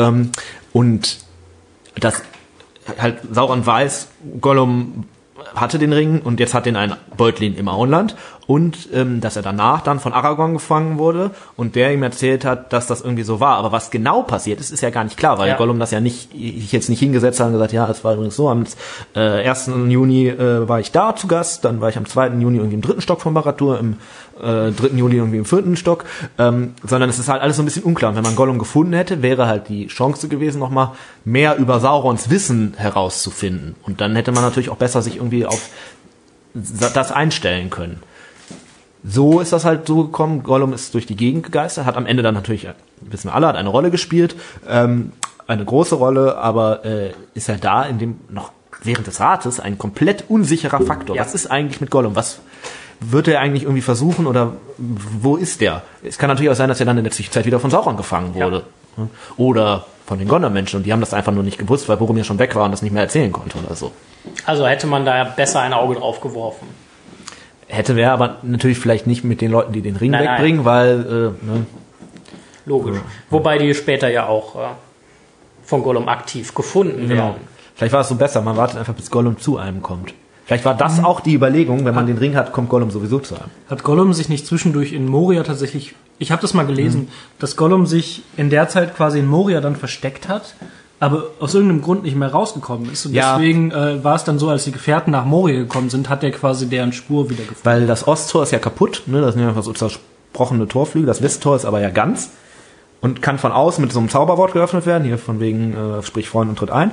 Und das... halt Sauron weiß, Gollum hatte den Ring und jetzt hat den ein Beutlin im Auenland und dass er danach dann von Aragorn gefangen wurde und der ihm erzählt hat, dass das irgendwie so war. Aber was genau passiert ist, ist ja gar nicht klar, weil Gollum das ja nicht, ich jetzt nicht hingesetzt hat und gesagt, ja, es war übrigens so, am 1. Juni war ich da zu Gast, dann war ich am 2. Juni irgendwie im 3. Stock von Barad-dûr, im 3. Juli irgendwie im 4. Stock, sondern es ist halt alles so ein bisschen unklar. Und wenn man Gollum gefunden hätte, wäre halt die Chance gewesen, nochmal mehr über Saurons Wissen herauszufinden. Und dann hätte man natürlich auch besser sich irgendwie auf das einstellen können. So ist das halt so gekommen. Gollum ist durch die Gegend gegeistert, hat am Ende dann natürlich, wissen wir alle, hat eine Rolle gespielt, eine große Rolle, aber ist ja da in dem noch während des Rates ein komplett unsicherer Faktor. Ja. Was ist eigentlich mit Gollum? Was wird er eigentlich irgendwie versuchen oder wo ist der? Es kann natürlich auch sein, dass er dann in der Zwischenzeit wieder von Sauron gefangen wurde. Ja. Oder von den Gondor-Menschen und die haben das einfach nur nicht gewusst, weil Boromir schon weg war und das nicht mehr erzählen konnte oder so. Also hätte man da besser ein Auge drauf geworfen. Wäre aber natürlich vielleicht nicht mit den Leuten, die den Ring wegbringen, weil... Logisch. Ja. Wobei die später ja auch von Gollum aktiv gefunden werden. Vielleicht war es so besser, man wartet einfach, bis Gollum zu einem kommt. Vielleicht war das auch die Überlegung, wenn man den Ring hat, kommt Gollum sowieso zu einem. Hat Gollum sich nicht zwischendurch in Moria tatsächlich... Ich habe das mal gelesen, dass Gollum sich in der Zeit quasi in Moria dann versteckt hat, aber aus irgendeinem Grund nicht mehr rausgekommen ist. Und deswegen war es dann so, als die Gefährten nach Moria gekommen sind, hat er quasi deren Spur wieder gefunden. Weil das Osttor ist ja kaputt, ne? Das sind ja einfach so zersprochene Torflügel. Das Westtor ist aber ja ganz und kann von außen mit so einem Zauberwort geöffnet werden. Hier von wegen, sprich Freund und tritt ein.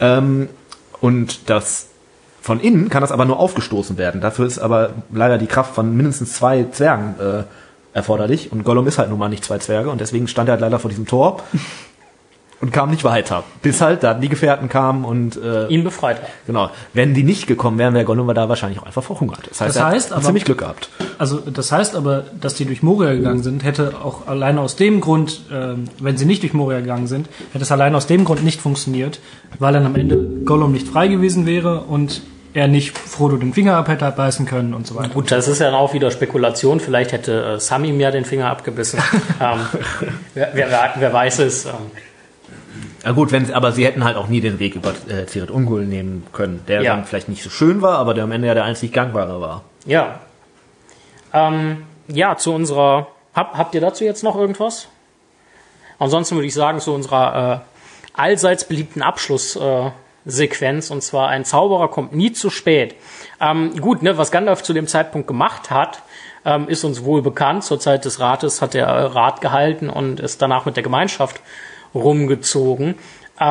Und das von innen kann das aber nur aufgestoßen werden. Dafür ist aber leider die Kraft von mindestens 2 Zwergen erforderlich. Und Gollum ist halt nun mal nicht 2 Zwerge und deswegen stand er halt leider vor diesem Tor und kam nicht weiter. Bis halt dann die Gefährten kamen und ihn befreit haben. Genau. Wenn die nicht gekommen wären, wäre Gollum da wahrscheinlich auch einfach verhungert. Das heißt er hat ziemlich Glück gehabt. Also das heißt aber, dass die durch Moria gegangen sind, hätte auch alleine aus dem Grund, wenn sie nicht durch Moria gegangen sind, hätte es alleine aus dem Grund nicht funktioniert, weil dann am Ende Gollum nicht frei gewesen wäre und er nicht Frodo den Finger ab hätte abbeißen können und so weiter. Gut, das ist ja dann auch wieder Spekulation. Vielleicht hätte Sam ihm ja den Finger abgebissen. Wer weiß es. Ja gut, aber sie hätten halt auch nie den Weg über Cirith Ungol nehmen können, der dann vielleicht nicht so schön war, aber der am Ende ja der einzig gangbare war. Ja. Zu unserer... Habt ihr dazu jetzt noch irgendwas? Ansonsten würde ich sagen, zu unserer allseits beliebten Abschlusssequenz, und zwar ein Zauberer kommt nie zu spät. Was Gandalf zu dem Zeitpunkt gemacht hat, ist uns wohl bekannt. Zur Zeit des Rates hat er Rat gehalten und ist danach mit der Gemeinschaft rumgezogen.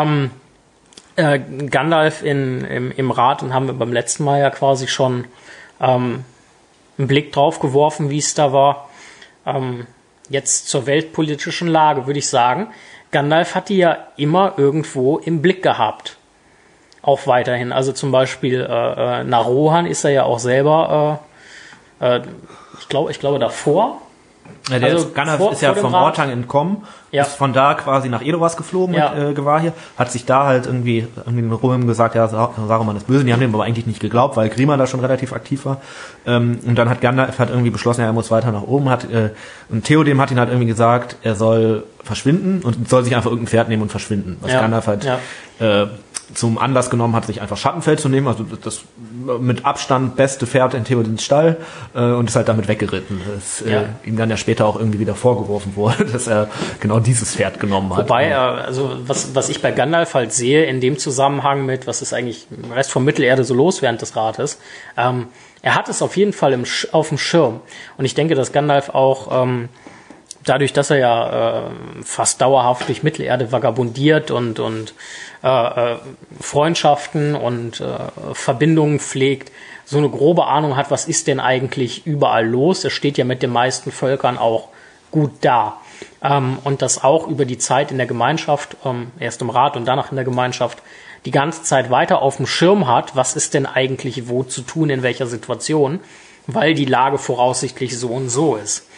Gandalf im Rat, und haben wir beim letzten Mal ja quasi schon einen Blick drauf geworfen, wie es da war. Jetzt zur weltpolitischen Lage würde ich sagen, Gandalf hat die ja immer irgendwo im Blick gehabt. Auch weiterhin. Also zum Beispiel nach Rohan ist er ja auch selber, ich glaube davor. Ja, Gandalf ist ja vom Ortang entkommen, ist von da quasi nach Edoras geflogen mit Gwaihir, hat sich da halt irgendwie in Rom gesagt, ja, Saruman ist böse, die haben dem aber eigentlich nicht geglaubt, weil Grima da schon relativ aktiv war. Und dann hat Gandalf irgendwie beschlossen, er muss weiter nach oben, und Theoden hat ihn halt irgendwie gesagt, er soll verschwinden und soll sich einfach irgendein Pferd nehmen und verschwinden. Was Gandalf halt zum Anlass genommen hat, sich einfach Schattenfeld zu nehmen, also das mit Abstand beste Pferd in Theodens Stall, und ist halt damit weggeritten. Das ihm dann ja später auch irgendwie wieder vorgeworfen wurde, dass er genau dieses Pferd genommen hat. Wobei, also was ich bei Gandalf halt sehe, in dem Zusammenhang mit, was ist eigentlich im Rest von Mittelerde so los während des Rates, er hat es auf jeden Fall auf dem Schirm. Und ich denke, dass Gandalf auch dadurch, dass er ja fast dauerhaft durch Mittelerde vagabundiert und Freundschaften und Verbindungen pflegt, so eine grobe Ahnung hat, was ist denn eigentlich überall los. Er steht ja mit den meisten Völkern auch gut da. Und das auch über die Zeit in der Gemeinschaft, erst im Rat und danach in der Gemeinschaft, die ganze Zeit weiter auf dem Schirm hat, was ist denn eigentlich wo zu tun, in welcher Situation, weil die Lage voraussichtlich so und so ist.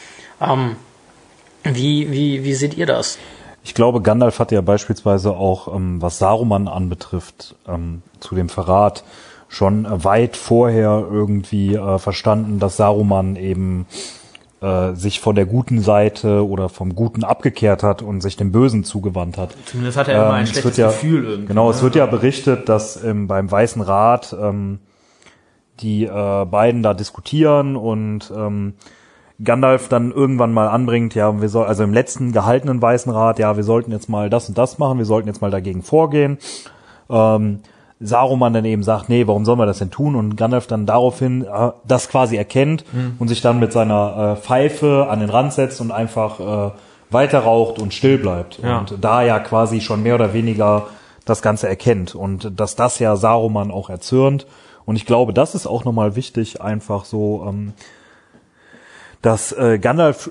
Wie seht ihr das? Ich glaube, Gandalf hatte ja beispielsweise auch, was Saruman anbetrifft, zu dem Verrat schon weit vorher irgendwie verstanden, dass Saruman eben sich von der guten Seite oder vom Guten abgekehrt hat und sich dem Bösen zugewandt hat. Zumindest hat er immer ein schlechtes Gefühl irgendwie. Genau, es wird ja berichtet, dass beim Weißen Rat die beiden da diskutieren und Gandalf dann irgendwann mal anbringt, also im letzten gehaltenen Weißen Rat, wir sollten jetzt mal das und das machen, wir sollten jetzt mal dagegen vorgehen. Saruman dann eben sagt, nee, warum sollen wir das denn tun? Und Gandalf dann daraufhin das quasi erkennt und sich dann mit seiner Pfeife an den Rand setzt und einfach weiter raucht und still bleibt. Ja. Und da ja quasi schon mehr oder weniger das Ganze erkennt und dass das ja Saruman auch erzürnt. Und ich glaube, das ist auch nochmal wichtig, einfach so, dass Gandalf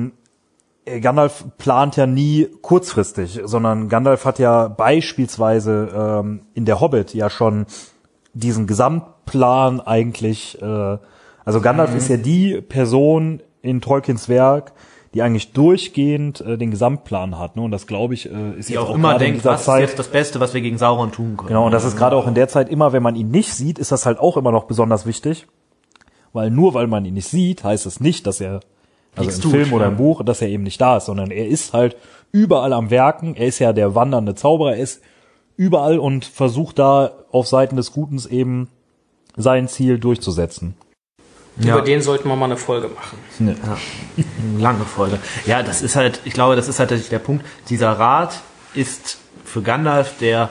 plant ja nie kurzfristig, sondern Gandalf hat ja beispielsweise in der Hobbit ja schon diesen Gesamtplan eigentlich, also Gandalf ist ja die Person in Tolkiens Werk, die eigentlich durchgehend den Gesamtplan hat, ne? Und das, glaube ich, ist die jetzt auch auch immer denkt, was Zeit, ist jetzt das Beste, was wir gegen Sauron tun können. Genau, und das ist gerade auch in der Zeit immer, wenn man ihn nicht sieht, ist das halt auch immer noch besonders wichtig, weil nur weil man ihn nicht sieht, heißt es nicht, dass er also im Film oder im Buch, dass er eben nicht da ist, sondern er ist halt überall am Werken. Er ist ja der wandernde Zauberer, er ist überall und versucht da auf Seiten des Gutens eben sein Ziel durchzusetzen. Über den sollten wir mal eine Folge machen. Ja. Eine lange Folge. Ja, das ist halt, ich glaube, das ist halt der Punkt. Dieser Rat ist für Gandalf der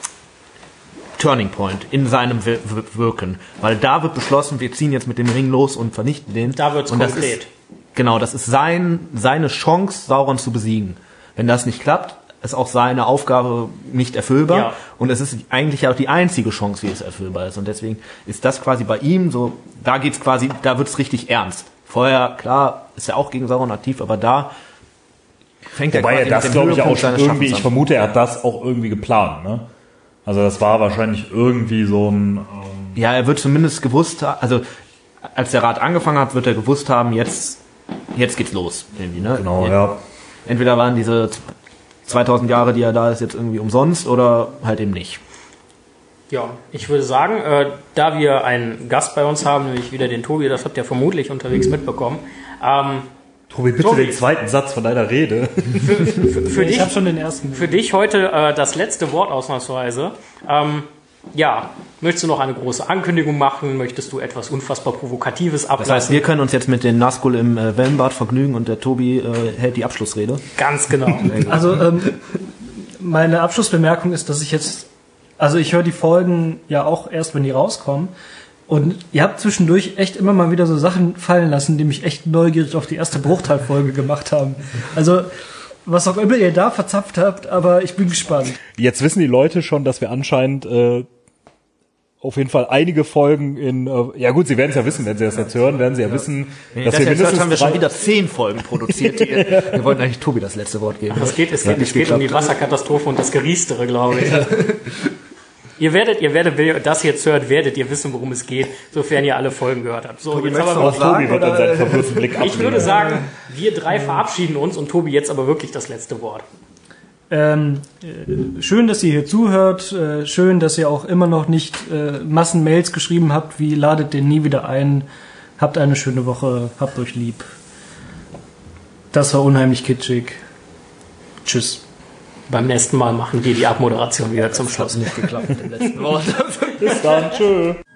Turning Point in seinem Wirken. Weil da wird beschlossen, wir ziehen jetzt mit dem Ring los und vernichten den. Da wird's konkret. Das ist seine Chance, Sauron zu besiegen. Wenn das nicht klappt, ist auch seine Aufgabe nicht erfüllbar. Ja. Und es ist eigentlich auch die einzige Chance, wie es erfüllbar ist. Und deswegen ist das quasi bei ihm so, da wird's richtig ernst. Vorher, klar, ist er auch gegen Sauron aktiv, aber da fängt Wobei er quasi das, glaube ich, auch schon irgendwie, ich vermute, er hat das auch irgendwie geplant, ne? Also das war wahrscheinlich irgendwie so ein... Ja, er wird zumindest gewusst haben, also als der Rat angefangen hat, wird er gewusst haben, jetzt geht's los. Irgendwie, ne? Genau, ja. Entweder waren diese 2000 Jahre, die er da ist, jetzt irgendwie umsonst oder halt eben nicht. Ja, ich würde sagen, da wir einen Gast bei uns haben, nämlich wieder den Tobi, das habt ihr vermutlich unterwegs mitbekommen. Tobi, bitte den zweiten Satz von deiner Rede. Für dich, ich habe schon den ersten. Für dich heute das letzte Wort ausnahmsweise. Möchtest du noch eine große Ankündigung machen? Möchtest du etwas unfassbar Provokatives ablassen? Das heißt, wir können uns jetzt mit den Nazgul im Wellenbad vergnügen und der Tobi hält die Abschlussrede. Ganz genau. Also meine Abschlussbemerkung ist, dass ich höre die Folgen ja auch erst, wenn die rauskommen. Und ihr habt zwischendurch echt immer mal wieder so Sachen fallen lassen, die mich echt neugierig auf die erste Bruchteilfolge gemacht haben. Also was auch immer ihr da verzapft habt, aber ich bin gespannt. Jetzt wissen die Leute schon, dass wir anscheinend auf jeden Fall einige Folgen in, ja gut, Sie werden es ja wissen, wenn Sie das jetzt hören, werden Sie ja wissen, dass wir mindestens haben wir schon wieder 10 Folgen produziert hier. Wir wollten eigentlich Tobi das letzte Wort geben. Es geht um die Wasserkatastrophe und das Geriestere, glaube ich. Ihr werdet, wenn ihr das jetzt hört, werdet ihr wissen, worum es geht, sofern ihr alle Folgen gehört habt. So, jetzt aber auch Tobi wird dann seinen verwirrten Blick ablegen. Ich würde sagen, wir drei verabschieden uns und Tobi jetzt aber wirklich das letzte Wort. Schön, dass ihr hier zuhört. Schön, dass ihr auch immer noch nicht Massen-Mails geschrieben habt, wie ladet den nie wieder ein. Habt eine schöne Woche. Habt euch lieb. Das war unheimlich kitschig. Tschüss. Beim nächsten Mal machen wir die Abmoderation wieder zum Schluss. Nicht geklappt mit dem letzten Wort. Bis dann. Tschö.